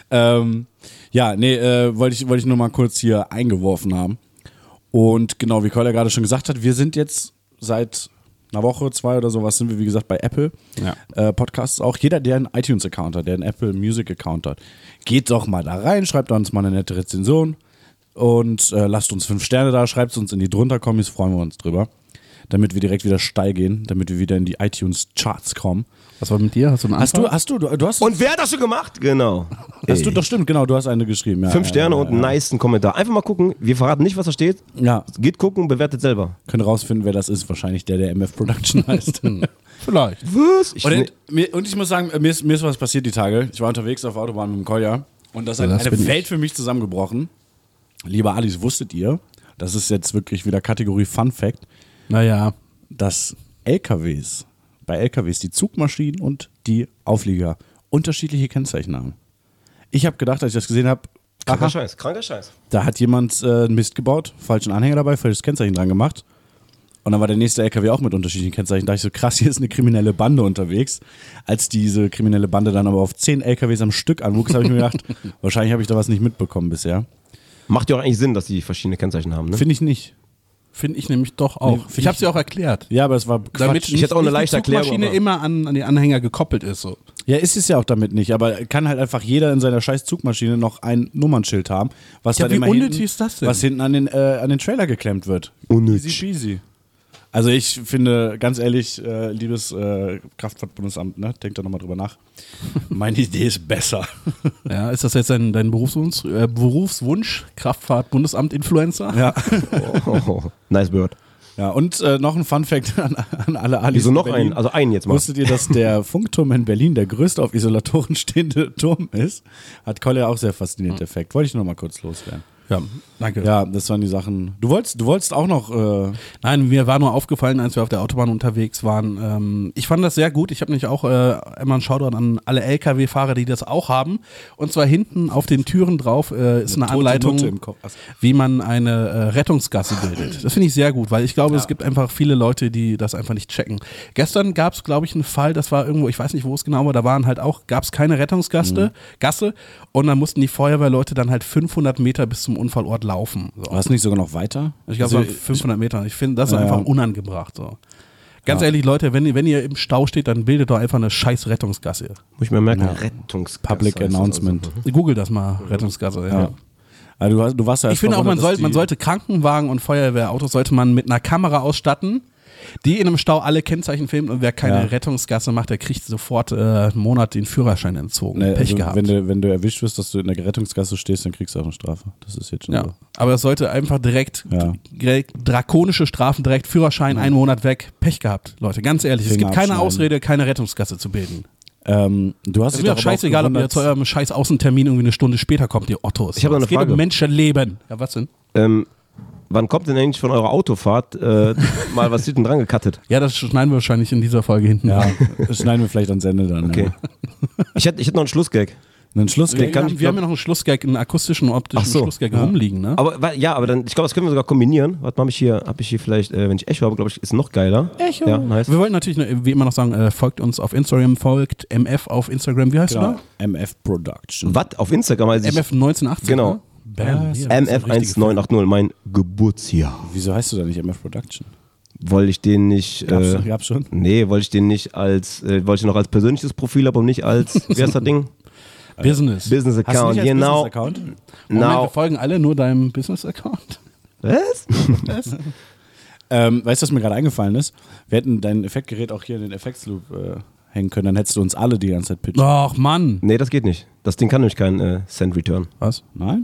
Wollte ich nur mal kurz hier eingeworfen haben. Und genau, wie Kolja gerade schon gesagt hat, wir sind jetzt seit einer Woche, 2 oder sowas, sind wir wie gesagt bei Apple Podcasts auch. Jeder, der einen iTunes-Account hat, der einen Apple Music-Account hat, geht doch mal da rein, schreibt uns mal eine nette Rezension und lasst uns 5 Sterne da, schreibt es uns in die drunter Kommis, freuen wir uns drüber. Damit wir direkt wieder steil gehen, damit wir wieder in die iTunes-Charts kommen. Was war mit dir? Hast du einen Anfang? Hast du Und wer hat das schon gemacht? Genau. das stimmt, genau, du hast eine geschrieben. Ja, 5 Sterne und einen nicen Kommentar. Einfach mal gucken. Wir verraten nicht, was da steht. Ja, Geht gucken, bewertet selber. können rausfinden, wer das ist. Wahrscheinlich der MF Production heißt. Vielleicht. Was? Und ich muss sagen, mir ist was passiert die Tage. Ich war unterwegs auf der Autobahn mit dem Kolja und das ist Ja, das eine bin Welt ich. für mich zusammengebrochen. Lieber Alice, wusstet ihr, das ist jetzt wirklich wieder Kategorie Fun Fact, Naja, dass bei LKWs die Zugmaschinen und die Auflieger unterschiedliche Kennzeichen haben. Ich habe gedacht, als ich das gesehen habe, Kranker Scheiß. da hat jemand Mist gebaut, falschen Anhänger dabei, falsches Kennzeichen dran gemacht. Und dann war der nächste LKW auch mit unterschiedlichen Kennzeichen. Da dachte ich so, krass, hier ist eine kriminelle Bande unterwegs. Als diese kriminelle Bande dann aber auf 10 LKWs am Stück anwuchs, habe ich mir gedacht, wahrscheinlich habe ich da was nicht mitbekommen bisher. Macht ja auch eigentlich Sinn, dass die verschiedene Kennzeichen haben, ne? Finde ich nicht. Finde ich nämlich doch auch. Nee, ich habe sie auch erklärt. Ja, aber es war Quatsch. Damit Ich hätte auch eine leichte die Zugmaschine Erklärung, aber- immer an den Anhänger gekoppelt ist. So. Ja, ist es ja auch damit nicht, aber kann halt einfach jeder in seiner scheiß Zugmaschine noch ein Nummernschild haben, was Ja, dann wie immer unnötig hinten, ist das denn? was hinten an den Trailer geklemmt wird. Unnötig. Easy peasy. Also ich finde, ganz ehrlich, liebes Kraftfahrtbundesamt, ne, denkt da nochmal drüber nach. Meine Idee ist besser. Ja, ist das jetzt dein Berufswunsch? Kraftfahrt, Bundesamt-Influencer? Ja. Oh, nice bird. Ja, und noch ein Fun-Fact an alle Alis. Wieso in noch Berlin. einen? Also einen jetzt mal. Wusstet ihr, dass der Funkturm in Berlin der größte auf Isolatoren stehende Turm ist? Hat Kolle auch sehr faszinierend Effekt. Wollte ich nur mal kurz loswerden. Ja, danke. Ja, das waren die Sachen. Du wolltest auch noch. Nein, mir war nur aufgefallen, als wir auf der Autobahn unterwegs waren. Ich fand das sehr gut. Ich habe nämlich auch immer einen Shoutout an alle LKW-Fahrer, die das auch haben. Und zwar hinten auf den Türen drauf ist eine tote Anleitung, Nutte im Kopf. Achso. wie man eine Rettungsgasse bildet. Das finde ich sehr gut, weil ich glaube, es gibt einfach viele Leute, die das einfach nicht checken. Gestern gab es, glaube ich, einen Fall, das war irgendwo, ich weiß nicht, wo es genau war, da waren halt auch, gab es keine Rettungsgasse Gasse, und dann mussten die Feuerwehrleute dann halt 500 Meter bis zum Unfallort laufen. So. War es nicht sogar noch weiter? Ich glaube, es waren 500 Meter. Ich finde, das ist einfach unangebracht. So. Ganz ehrlich, Leute, wenn ihr im Stau steht, dann bildet doch einfach eine scheiß Rettungsgasse. Muss ich mir merken, Ja. Rettungsgasse. Public heißt das Announcement. Google das mal, Rettungsgasse. Ja. Ja. Also du warst ja Ich finde auch, man sollte Krankenwagen und Feuerwehrautos sollte man mit einer Kamera ausstatten, die in einem Stau alle Kennzeichen filmt, und wer keine Rettungsgasse macht, der kriegt sofort einen Monat den Führerschein entzogen. Pech also gehabt. wenn du erwischt wirst, dass du in der Rettungsgasse stehst, dann kriegst du auch eine Strafe. Das ist jetzt schon Ja, so. aber es sollte einfach direkt drakonische Strafen, direkt Führerschein, einen Monat weg. Pech gehabt, Leute, ganz ehrlich. Es Finger gibt keine abschneiden. Ausrede, keine Rettungsgasse zu bilden. Du hast Es ist mir doch scheißegal, ob ihr zu eurem scheiß Außentermin irgendwie eine Stunde später kommt, ihr Ottos. Ich hab noch eine Es geht Frage. um Menschenleben. Ja, was denn? Wann kommt denn eigentlich von eurer Autofahrt mal was hinten dran gecuttet? Ja, das schneiden wir wahrscheinlich in dieser Folge hinten. Ja, das schneiden wir vielleicht ans Ende dann. Okay. Ich hätte noch einen Schlussgag. Einen Schlussgag. Wir haben ja noch einen Schlussgag, einen akustischen und optischen Ach so. Schlussgag rumliegen, ne? Aber dann, ich glaube, das können wir sogar kombinieren. Warte mal, habe ich hier vielleicht, wenn ich Echo habe, glaube ich, ist noch geiler. Echo. Ja, nice. Wir wollten natürlich, wie immer noch sagen, folgt uns auf Instagram, folgt MF auf Instagram. Wie heißt du Genau. da? MF Production. Was? Auf Instagram heißt ich MF 1980. Genau. Ne? Bam. Ja, MF1980, mein Geburtsjahr. Wieso heißt du da nicht MF Production? Wollte ich den nicht. Gab's schon? Nee, wollte ich den nicht als, wollte ich noch als persönliches Profil haben und nicht als, wie heißt das Ding? Business. Business Hast du Account, nicht als genau. Business-Account? Moment, wir Now. folgen alle nur deinem Business-Account. Was? Weißt du, was mir gerade eingefallen ist? Wir hätten dein Effektgerät auch hier in den Effektsloop hängen können, dann hättest du uns alle die ganze Zeit pitchen. Ach, Mann. Nee, das geht nicht. Das Ding kann nämlich kein Send Return. Was? Nein?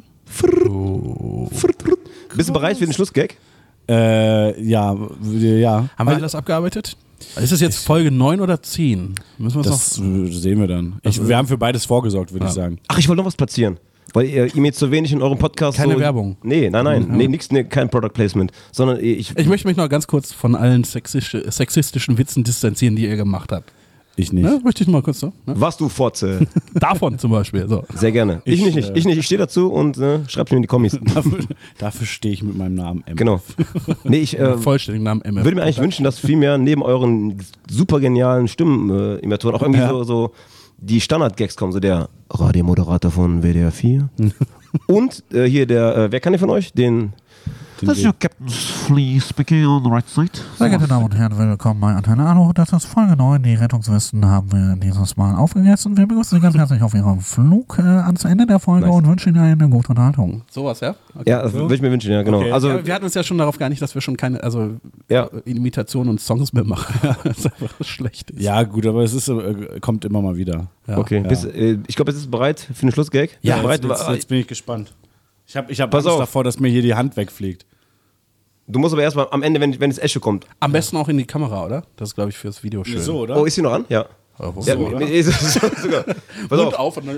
Bist du bereit für den Schlussgag? Ja. Haben wir alles abgearbeitet? Ist es jetzt Folge 9 oder 10? Müssen wir Das noch. sehen wir dann. Wir haben für beides vorgesorgt, würde ich sagen. Ach, ich wollte noch was platzieren. Weil ihr mir zu wenig in eurem Podcast Keine so, Werbung. Nee, nein. Nee, kein Product Placement. Sondern ich Ich möchte mich noch ganz kurz von allen sexistischen Witzen distanzieren, die ihr gemacht habt. Ich nicht. Ne? Möchte ich mal kurz so. Ne? was du Fotze. Davon zum Beispiel. So. Sehr gerne. Ich nicht. Ich stehe dazu und schreib's mir in die Kommis. Dafür stehe ich mit meinem Namen M. Genau. Nee, ich Vollständigen Namen MF. würde mir eigentlich wünschen, dass viel mehr neben euren super genialen Stimmen-Imitatoren auch irgendwie so die Standard-Gags kommen. So der Radiomoderator von WDR 4. Und hier der, wer kann der von euch? Das ist your Captain's Flea speaking on the right side. Sehr geehrte Damen und Herren, willkommen bei Antenne Alu. Das ist Folge 9. Die Rettungswesten haben wir dieses Mal aufgegessen und wir begrüßen Sie ganz herzlich auf Ihrem Flug ans Ende der Folge und wünschen Ihnen eine gute Unterhaltung. Sowas, ja? Okay. Ja, das würde ich mir wünschen, ja, genau. Okay. Also, Ja, wir hatten uns ja schon darauf geeinigt, dass wir schon keine ja. Imitationen und Songs mehr machen. Das ist einfach schlecht. Ja, gut, aber es ist, kommt immer mal wieder. Ja. Okay, ich glaube, jetzt ist bereit für den Schlussgag. Ja, bereit. Jetzt bin ich gespannt. Ich hab Pass Angst auf. davor, dass mir hier die Hand wegfliegt. Du musst aber erstmal am Ende, wenn das Echo kommt. Am besten auch in die Kamera, oder? Das ist, glaube ich, fürs Video schön. So, oder? Oh, ist sie noch an? Ja. wo Ja, so, oder? sogar. Pass auf. auf und dann,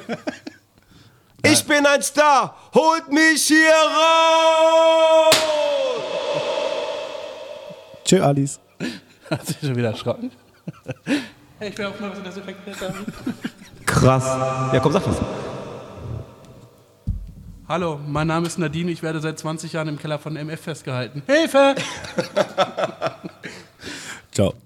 Ich bin ein Star, holt mich hier raus! Tschö, Alice. Hat sich schon wieder erschrocken. Hey, ich will auch mal was in das Effekt haben. Krass. Ja, komm, sag was. Hallo, mein Name ist Nadine, ich werde seit 20 Jahren im Keller von MF festgehalten. Hilfe! Ciao.